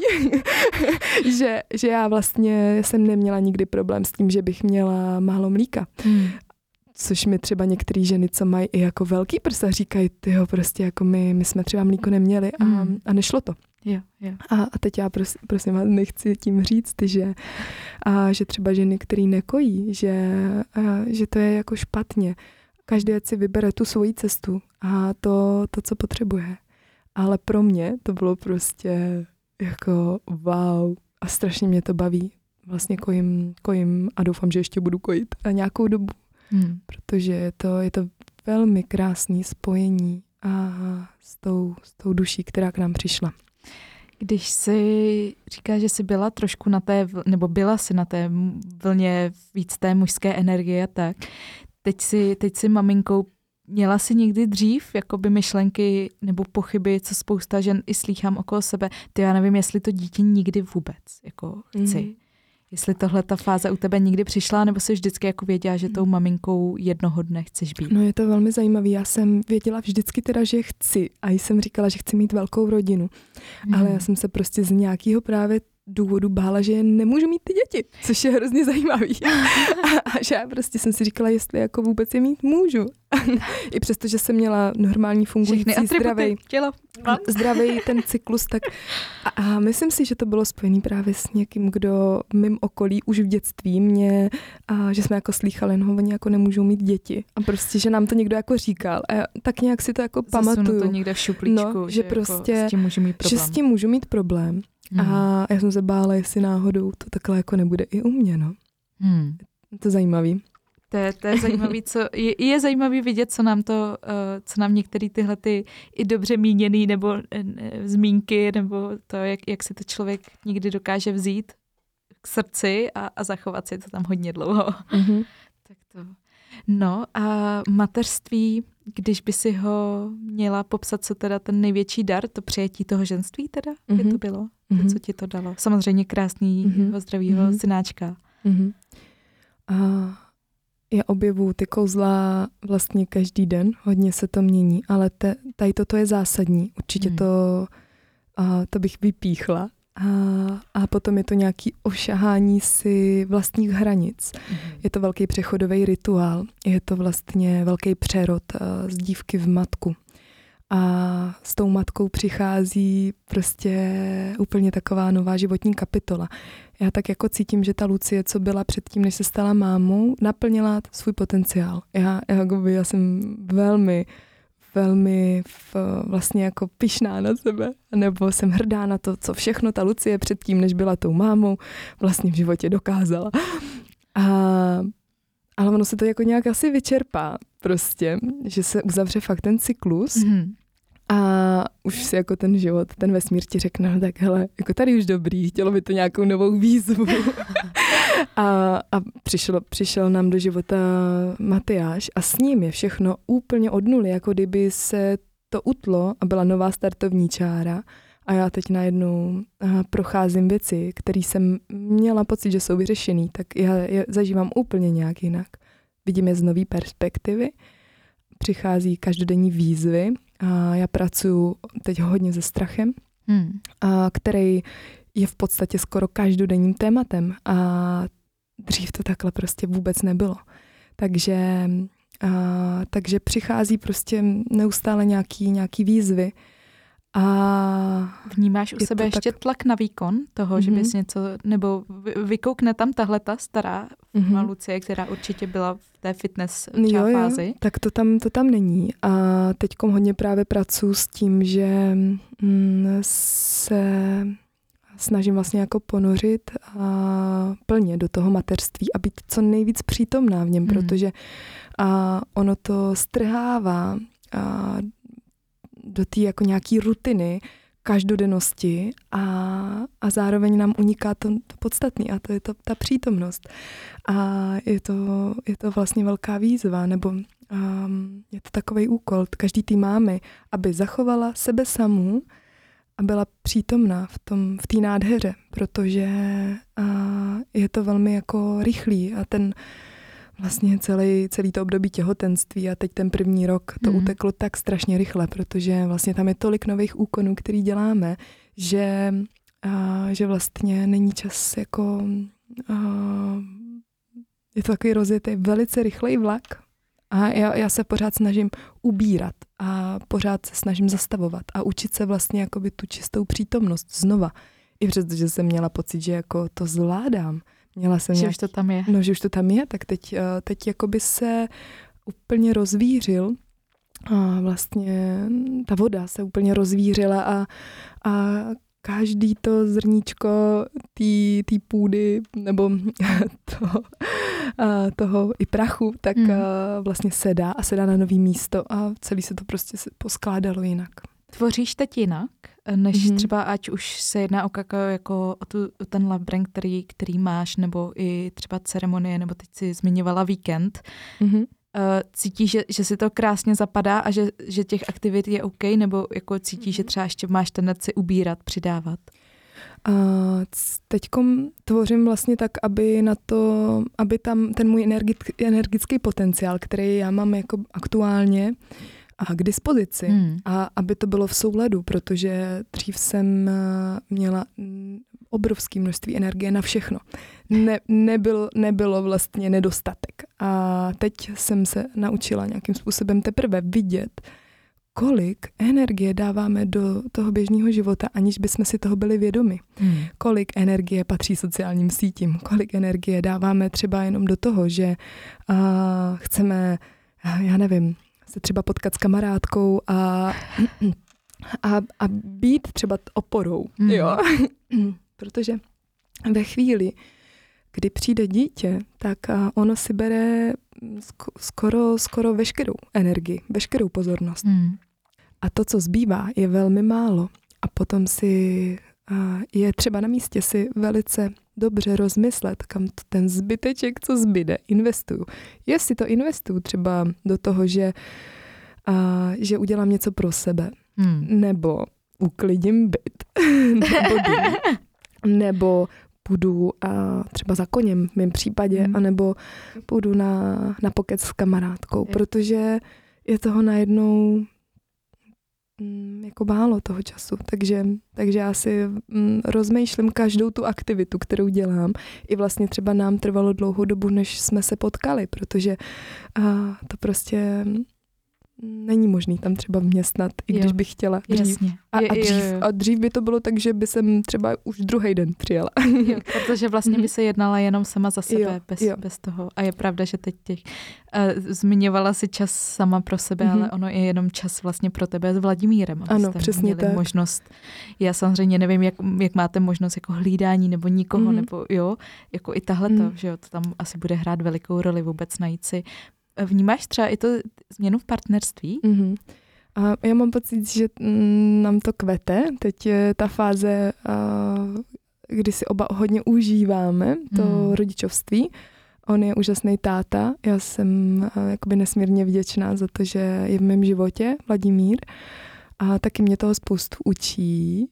že, že já vlastně jsem neměla nikdy problém s tím, že bych měla málo mlíka. Hmm. Což mi třeba některé ženy, co mají i jako velký prsa, říkají, tyjo, prostě jako my, my jsme třeba mlíko neměli a, Mm. a nešlo to. Jo, jo. A, a teď já pros, prosím vás, nechci tím říct, že, a, že třeba ženy, který nekojí, že, a, že to je jako špatně. Každý ať si vybere tu svoji cestu a to, to, co potřebuje. Ale pro mě to bylo prostě jako wow a strašně mě to baví. Vlastně kojím, kojím a doufám, že ještě budu kojit a nějakou dobu. Hmm. Protože je to, je to velmi krásné spojení a s tou, s tou duší, která k nám přišla. Když si říká, že jsi byla trošku na té, vl- nebo byla si na té vlně víc té mužské energie a tak, teď si, teď si maminkou, měla jsi někdy dřív jakoby myšlenky nebo pochyby, co spousta žen i slýchám okolo sebe, ty já nevím, jestli to dítě nikdy vůbec jako chci. Mhm. Jestli tohle ta fáze u tebe nikdy přišla, nebo jsi vždycky jako věděla, že tou maminkou jednoho dne chceš být? No je to velmi zajímavé. Já jsem věděla vždycky teda, že chci a jsem říkala, že chci mít velkou rodinu. Hmm. Ale já jsem se prostě z nějakého právě důvodu bála, že nemůžu mít ty děti, což je hrozně zajímavý. A, a že já prostě jsem si říkala, jestli jako vůbec je mít můžu. I přesto, že jsem měla normální fungující zdravý, tělo. zdravý ten cyklus, tak a, a myslím si, že to bylo spojený právě s někým, kdo v mém okolí už v dětství mě, a že jsme jako slýchali, no oni jako nemůžou mít děti. A prostě, že nám to někdo jako říkal. A já tak nějak si to jako Zasunu pamatuju. to někde v šuplíčku, No, že, že jako prostě- s tím můžu mít problém. Že s tím můžu mít problém. Hmm. A já jsem se bála, jestli náhodou to takhle jako nebude i u mě, no. Hmm. To je zajímavý. To je, to je zajímavý, co, je, je zajímavý vidět, co nám to, uh, co nám některé tyhle ty i dobře míněný nebo uh, zmínky, nebo to, jak, jak si to člověk někdy dokáže vzít k srdci a, a zachovat si to tam hodně dlouho. Mm-hmm. Tak to. No a mateřství, když by si ho měla popsat, co teda ten největší dar, to přijetí toho ženství teda, mm-hmm. jak to bylo? Mm-hmm. To, co ti to dalo? Samozřejmě krásného, Mm-hmm. zdravého Mm-hmm. synáčka. Mm-hmm. A já objevuju ty kouzla vlastně každý den, hodně se to mění, ale te, tady toto je zásadní. Určitě Hmm. to, a, to bych vypíchla. A, a potom je to nějaký ošahání si vlastních hranic. Mm-hmm. Je to velký přechodový rituál. Je to vlastně velký přerod a, z dívky v matku. A s tou matkou přichází prostě úplně taková nová životní kapitola. Já tak jako cítím, že ta Lucie, co byla předtím, než se stala mámou, naplnila svůj potenciál. Já, já, já jsem velmi, velmi v, vlastně jako pyšná na sebe, nebo jsem hrdá na to, co všechno ta Lucie předtím, než byla tou mámou, vlastně v životě dokázala. A, ale ono se to jako nějak asi vyčerpá prostě, že se uzavře fakt ten cyklus mm-hmm. a už si jako ten život, ten vesmír ti řekne, no tak hele, jako tady už dobrý, chtělo by to nějakou novou výzvu. A, a přišel, přišel nám do života Matyáš a s ním je všechno úplně od nuly, jako kdyby se to utlo a byla nová startovní čára a já teď najednou procházím věci, které jsem měla pocit, že jsou vyřešený, tak já je zažívám úplně nějak jinak. Vidím je z nový perspektivy, přichází každodenní výzvy a já pracuji teď hodně se strachem, hmm. a který je v podstatě skoro každodenním tématem a dřív to takhle prostě vůbec nebylo. Takže, a, takže přichází prostě neustále nějaký, nějaký výzvy. A vnímáš u sebe ještě tak... tlak na výkon toho, mm-hmm. že bys něco, nebo vykoukne tam tahle ta stará mm-hmm. Lucie, která určitě byla v té fitness jo, fázi? Jo, tak to tam, to tam není. A teďkom hodně právě pracuji s tím, že mm, se snažím vlastně jako ponořit a plně do toho mateřství a být co nejvíc přítomná v něm, mm. protože a ono to strhává a do té jako nějaký rutiny, každodennosti a, a zároveň nám uniká to, to podstatné a to je to, ta přítomnost. A je to, je to vlastně velká výzva, nebo um, je to takovej úkol každý té mámy, aby zachovala sebe samou a byla přítomná v tom, v té nádheře, protože uh, je to velmi jako rychlý a ten vlastně celý, celý to období těhotenství a teď ten první rok to mm. uteklo tak strašně rychle, protože vlastně tam je tolik nových úkonů, který děláme, že, a, že vlastně není čas jako a, je to takový rozjetý velice rychlej vlak a já, já se pořád snažím ubírat a pořád se snažím zastavovat a učit se vlastně jakoby tu čistou přítomnost znova. I přesto, že jsem měla pocit, že jako to zvládám. Měla jsem že nějak... už to tam je. No, že už to tam je, tak teď, teď jakoby se úplně rozvířil a vlastně ta voda se úplně rozvířila a, a každý to zrníčko té půdy nebo to, a toho i prachu, tak hmm. vlastně sedá a sedá na nový místo a celý se to prostě poskládalo jinak. Tvoříš teď jinak, než mm-hmm. třeba ať už se jedná o kakao jako o, tu, o ten labrank, který, který máš, nebo i třeba ceremonie, nebo teď si zmiňovala víkend. Mm-hmm. Cítíš, že, že si to krásně zapadá a že, že těch aktivit je OK, nebo jako cítíš, mm-hmm. že třeba ještě máš tendenci ubírat, přidávat? Uh, teďkom tvořím vlastně tak, aby na to, aby tam ten můj energický potenciál, který já mám jako aktuálně, a k dispozici hmm. a aby to bylo v souladu, protože dřív jsem měla obrovské množství energie na všechno. Ne, nebyl, nebylo vlastně nedostatek. A teď jsem se naučila nějakým způsobem teprve vidět, kolik energie dáváme do toho běžného života, aniž bychom si toho byli vědomi. Hmm. Kolik energie patří sociálním sítím, kolik energie dáváme třeba jenom do toho, že uh, chceme, já nevím, se třeba potkat s kamarádkou a, a, a být třeba oporou, mm. jo. Protože ve chvíli, kdy přijde dítě, tak ono si bere skoro, skoro veškerou energii, veškerou pozornost. Mm. A to, co zbývá, je velmi málo. A potom si je třeba na místě si velice dobře rozmyslet, kam ten zbyteček, co zbyde, investuju. Jestli to investuju třeba do toho, že, a, že udělám něco pro sebe, hmm. nebo uklidím byt, nebo dům, nebo půjdu a třeba za koněm v mém případě, hmm. anebo půjdu na, na pokec s kamarádkou, je. Protože je toho najednou jako málo toho času, takže, takže já si mm, rozmýšlím každou tu aktivitu, kterou dělám. I vlastně třeba nám trvalo dlouhou dobu, než jsme se potkali, protože a, to prostě není možný tam třeba vměstnat, i když jo. bych chtěla dřív. Jasně. A, Je, a, dřív, jo, jo. a dřív by to bylo tak, že by jsem třeba už druhý den přijela. Jo, protože vlastně by se jednala jenom sama za sebe, jo, bez, jo. bez toho. A je pravda, že teď těch, uh, zmiňovala si čas sama pro sebe, mm-hmm. ale ono je jenom čas vlastně pro tebe s Vladimírem. Ano, přesně měli tak. možnost. Já samozřejmě nevím, jak, jak máte možnost jako hlídání nebo nikoho, mm-hmm. nebo jo, jako i tahle mm. to, že jo, to tam asi bude hrát velikou roli vůbec najít si. Vnímáš třeba i to změnu v partnerství? Mm-hmm. A já mám pocit, že mm, nám to kvete. Teď je ta fáze, uh, kdy si oba hodně užíváme to mm. rodičovství. On je úžasný táta. Já jsem uh, jakoby nesmírně vděčná za to, že je v mém životě, Vladimír. A taky mě toho spoustu učí.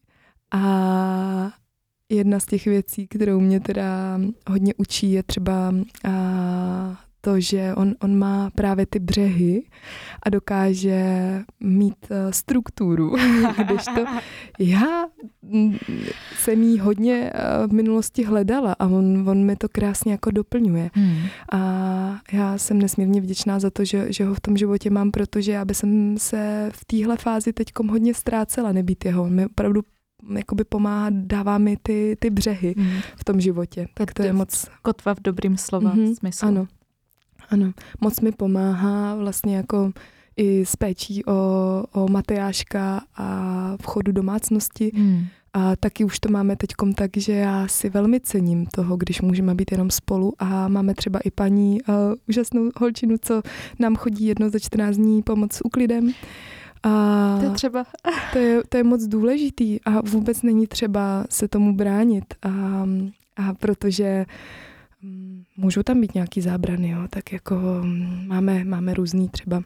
A jedna z těch věcí, kterou mě teda hodně učí, je třeba uh, to, že on, on má právě ty břehy a dokáže mít uh, strukturu. Kdežto já jsem jí hodně uh, v minulosti hledala a on, on mi to krásně jako doplňuje. Hmm. A já jsem nesmírně vděčná za to, že, že ho v tom životě mám, protože já bych se v téhle fázi teďkom hodně ztrácela nebýt jeho. On mi opravdu jakoby pomáhá, dává mi ty, ty břehy hmm. v tom životě. Tak to je moc... Kotva v dobrým slova mm-hmm. smyslu. Ano. Ano, moc mi pomáhá vlastně jako i s péčí o, o Matejáška a v chodu domácnosti. Hmm. A taky už to máme teďkom tak, že já si velmi cením toho, když můžeme být jenom spolu a máme třeba i paní uh, úžasnou holčinu, co nám chodí jedno za čtrnáct dní pomoct s úklidem. A to je třeba. To je, to je moc důležitý a vůbec není třeba se tomu bránit. A, a protože můžou tam být nějaký zábrany, jo, tak jako máme, máme různý třeba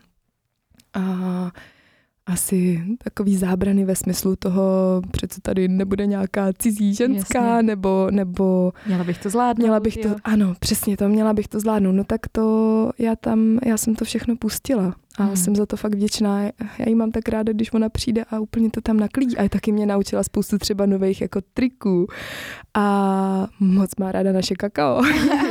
a asi takový zábrany ve smyslu toho, přece tady nebude nějaká cizí ženská, Jasně. nebo, nebo... Měla bych to zvládnout, Měla bych to, jo. ano, přesně to, měla bych to zvládnout. No tak to, já tam, já jsem to všechno pustila a hmm. jsem za to fakt vděčná. Já jí mám tak ráda, když ona přijde a úplně to tam naklidí. A taky mě naučila spoustu třeba nových jako triků. A moc má ráda naše kakao.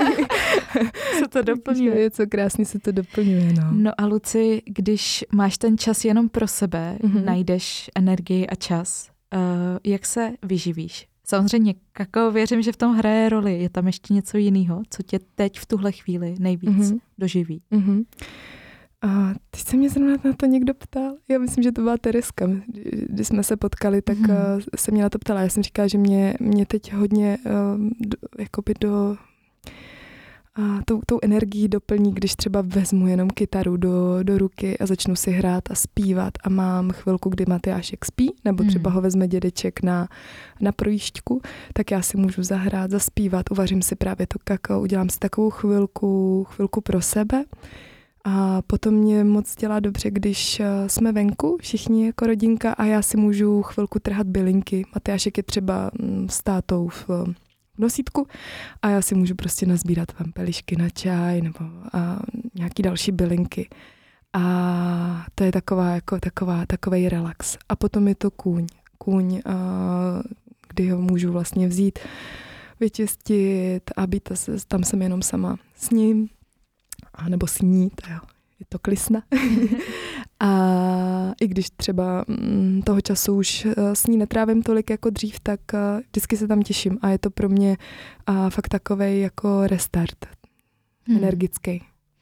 Se to doplňuje. Je co krásně se to doplňuje, no. No a Luci, když máš ten čas jenom pro sebe, mm-hmm. najdeš energii a čas, uh, jak se vyživíš? Samozřejmě kakao, věřím, že v tom hraje roli. Je tam ještě něco jiného, co tě teď v tuhle chvíli nejvíc mm-hmm. doživí? Mm-hmm. A teď se mě zrovna na to někdo ptal. Já myslím, že to byla Tereska. Když jsme se potkali, tak mm-hmm. se mě na to ptala. Já jsem říkala, že mě, mě teď hodně uh, do, jakoby do... A tou, tou energií doplní, když třeba vezmu jenom kytaru do, do ruky a začnu si hrát a zpívat a mám chvilku, kdy Matyášek spí, nebo třeba ho vezme dědeček na, na projížďku, tak já si můžu zahrát, zaspívat, uvařím si právě to kakao, udělám si takovou chvilku, chvilku pro sebe. A potom mě moc dělá dobře, když jsme venku, všichni jako rodinka a já si můžu chvilku trhat bylinky. Matyášek je třeba s tátou v nosítku a já si můžu prostě nazbírat pampelišky na čaj nebo a nějaký další bylinky. A to je taková, jako taková, takovej relax. A potom je to kůň. Kůň, a, kdy ho můžu vlastně vzít, vyčistit a být tam jsem jenom sama s ním. A nebo snít, jo. Je to klisna. A i když třeba m, toho času už uh, s ní netrávím tolik jako dřív, tak uh, vždycky se tam těším a je to pro mě uh, fakt takovej jako restart. Hmm. Energický.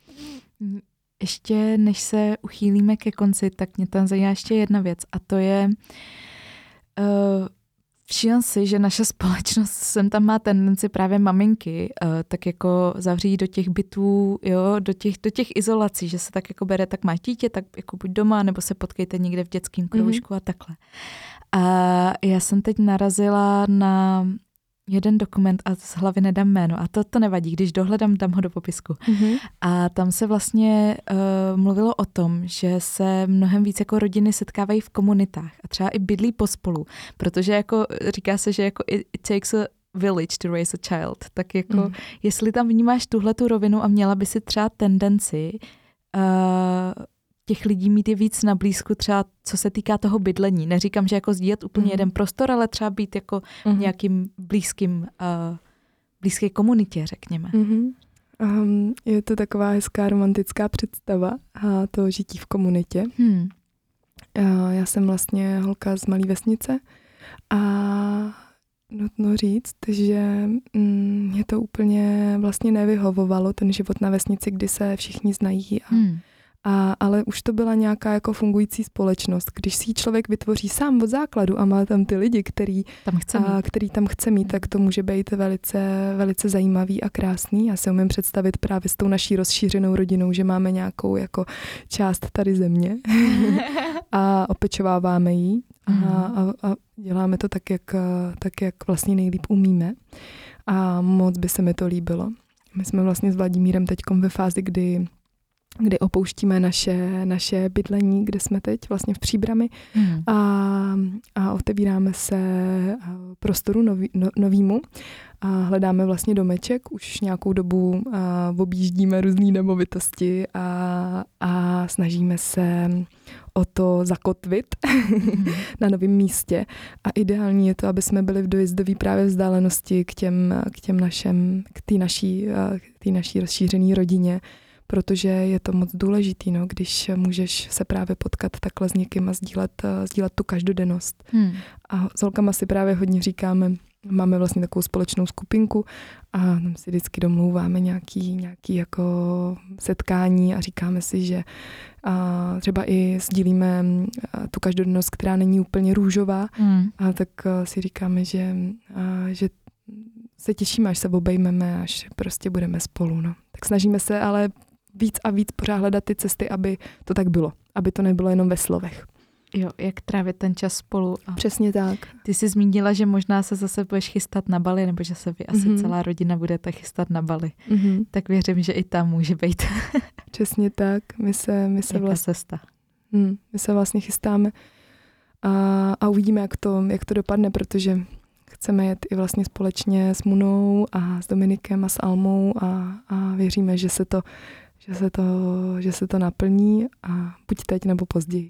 Ještě než se uchýlíme ke konci, tak mě tam zajímá ještě jedna věc a to je uh, všiml si, že naše společnost sem tam má tendenci právě maminky uh, tak jako zavřít do těch bytů, jo, do těch, do těch izolací, že se tak jako bere, tak máš dítě, tak jako buď doma, nebo se potkejte někde v dětském kroužku mm-hmm. a takhle. A já jsem teď narazila na jeden dokument a z hlavy nedám jméno a to, to nevadí, když dohledám, dám ho do popisku. Mm-hmm. A tam se vlastně uh, mluvilo o tom, že se mnohem víc jako rodiny setkávají v komunitách a třeba i bydlí pospolu, protože jako říká se, že jako it, it takes a village to raise a child, tak jako mm. jestli tam vnímáš tuhletu rovinu a měla by si třeba tendenci uh, těch lidí mít je víc na blízku, třeba co se týká toho bydlení. Neříkám, že jako sdílet úplně mm. jeden prostor, ale třeba být jako mm. nějakým blízkým, uh, blízké komunitě, řekněme. Mm-hmm. Um, je to taková hezká romantická představa a to žití v komunitě. Hmm. Uh, já jsem vlastně holka z malé vesnice a nutno říct, že mm, mě to úplně vlastně nevyhovovalo, ten život na vesnici, kdy se všichni znají. A, Hmm. a, ale už to byla nějaká jako fungující společnost. Když si ji člověk vytvoří sám od základu a má tam ty lidi, který tam chce mít, a, který tam chce mít, tak to může být velice, velice zajímavý a krásný. Já si umím představit právě s tou naší rozšířenou rodinou, že máme nějakou jako část tady země a opečováváme ji. A, a, a děláme to tak jak, tak, jak vlastně nejlíp umíme. A moc by se mi to líbilo. My jsme vlastně s Vladimírem teďkom ve fázi, kdy, kdy opouštíme naše, naše bydlení, kde jsme teď, vlastně v Příbrami. hmm. A, a otevíráme se prostoru nový, no, novýmu. A hledáme vlastně domeček. Už nějakou dobu a, objíždíme různé nemovitosti a, a snažíme se o to zakotvit hmm. na novém místě. A ideální je to, aby jsme byli v dojezdové právě vzdálenosti k těm, k těm našem, k té naší, k té naší rozšířené rodině, protože je to moc důležitý, no, když můžeš se právě potkat takhle s někým a sdílet, sdílet tu každodennost. Hmm. A s holkama si právě hodně říkáme, máme vlastně takovou společnou skupinku a tam si vždycky domlouváme nějaký, nějaký jako setkání a říkáme si, že a třeba i sdílíme tu každodennost, která není úplně růžová, hmm. a tak si říkáme, že, a, že se těšíme, až se obejmeme, až prostě budeme spolu. No. Tak snažíme se ale víc a víc pořád hledat ty cesty, aby to tak bylo. Aby to nebylo jenom ve slovech. Jo, jak trávit ten čas spolu. A přesně tak. Ty jsi zmínila, že možná se zase budeš chystat na Bali, nebo že se vy asi mm-hmm. celá rodina budete chystat na Bali. Mm-hmm. Tak věřím, že i tam může být. Přesně tak. My se, my se vlastně, cesta. Hm, my se vlastně chystáme a, a uvidíme, jak to, jak to dopadne, protože chceme jet i vlastně společně s Munou a s Dominikem a s Almou a, a věříme, že se to, že se to, že se to naplní a buď teď nebo později.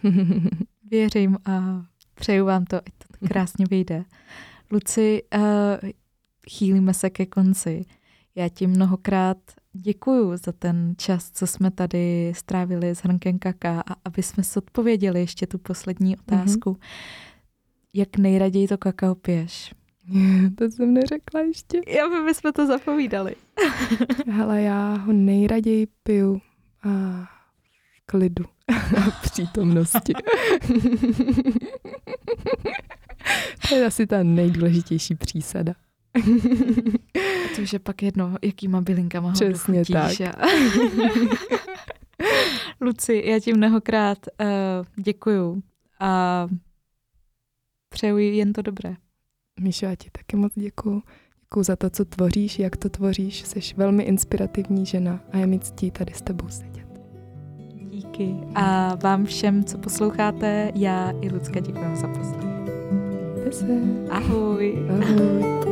Věřím a přeju vám to, ať to krásně vyjde. Luci, uh, chýlíme se ke konci. Já ti mnohokrát děkuju za ten čas, co jsme tady strávili s hrnkem kaká a aby jsme si odpověděli ještě tu poslední otázku. Mm-hmm. Jak nejraději to kakao piješ? To jsem neřekla ještě. Já by bychom to zapovídali. Hele, já ho nejraději piju a v klidu a v přítomnosti. To je asi ta nejdůležitější přísada. A to už je pak jedno, jakýma bylinkama ho přesně dochutíš. Tak. A... Luci, já ti mnohokrát uh, děkuju a přeju jen to dobré. Míšo, já ti taky moc děkuju. Děkuju za to, co tvoříš, jak to tvoříš. Jsi velmi inspirativní žena a je mi ctí tady s tebou sedět. Díky. A vám všem, co posloucháte, já i Lucka děkujeme za poslech. Mějte se. Ahoj. Ahoj.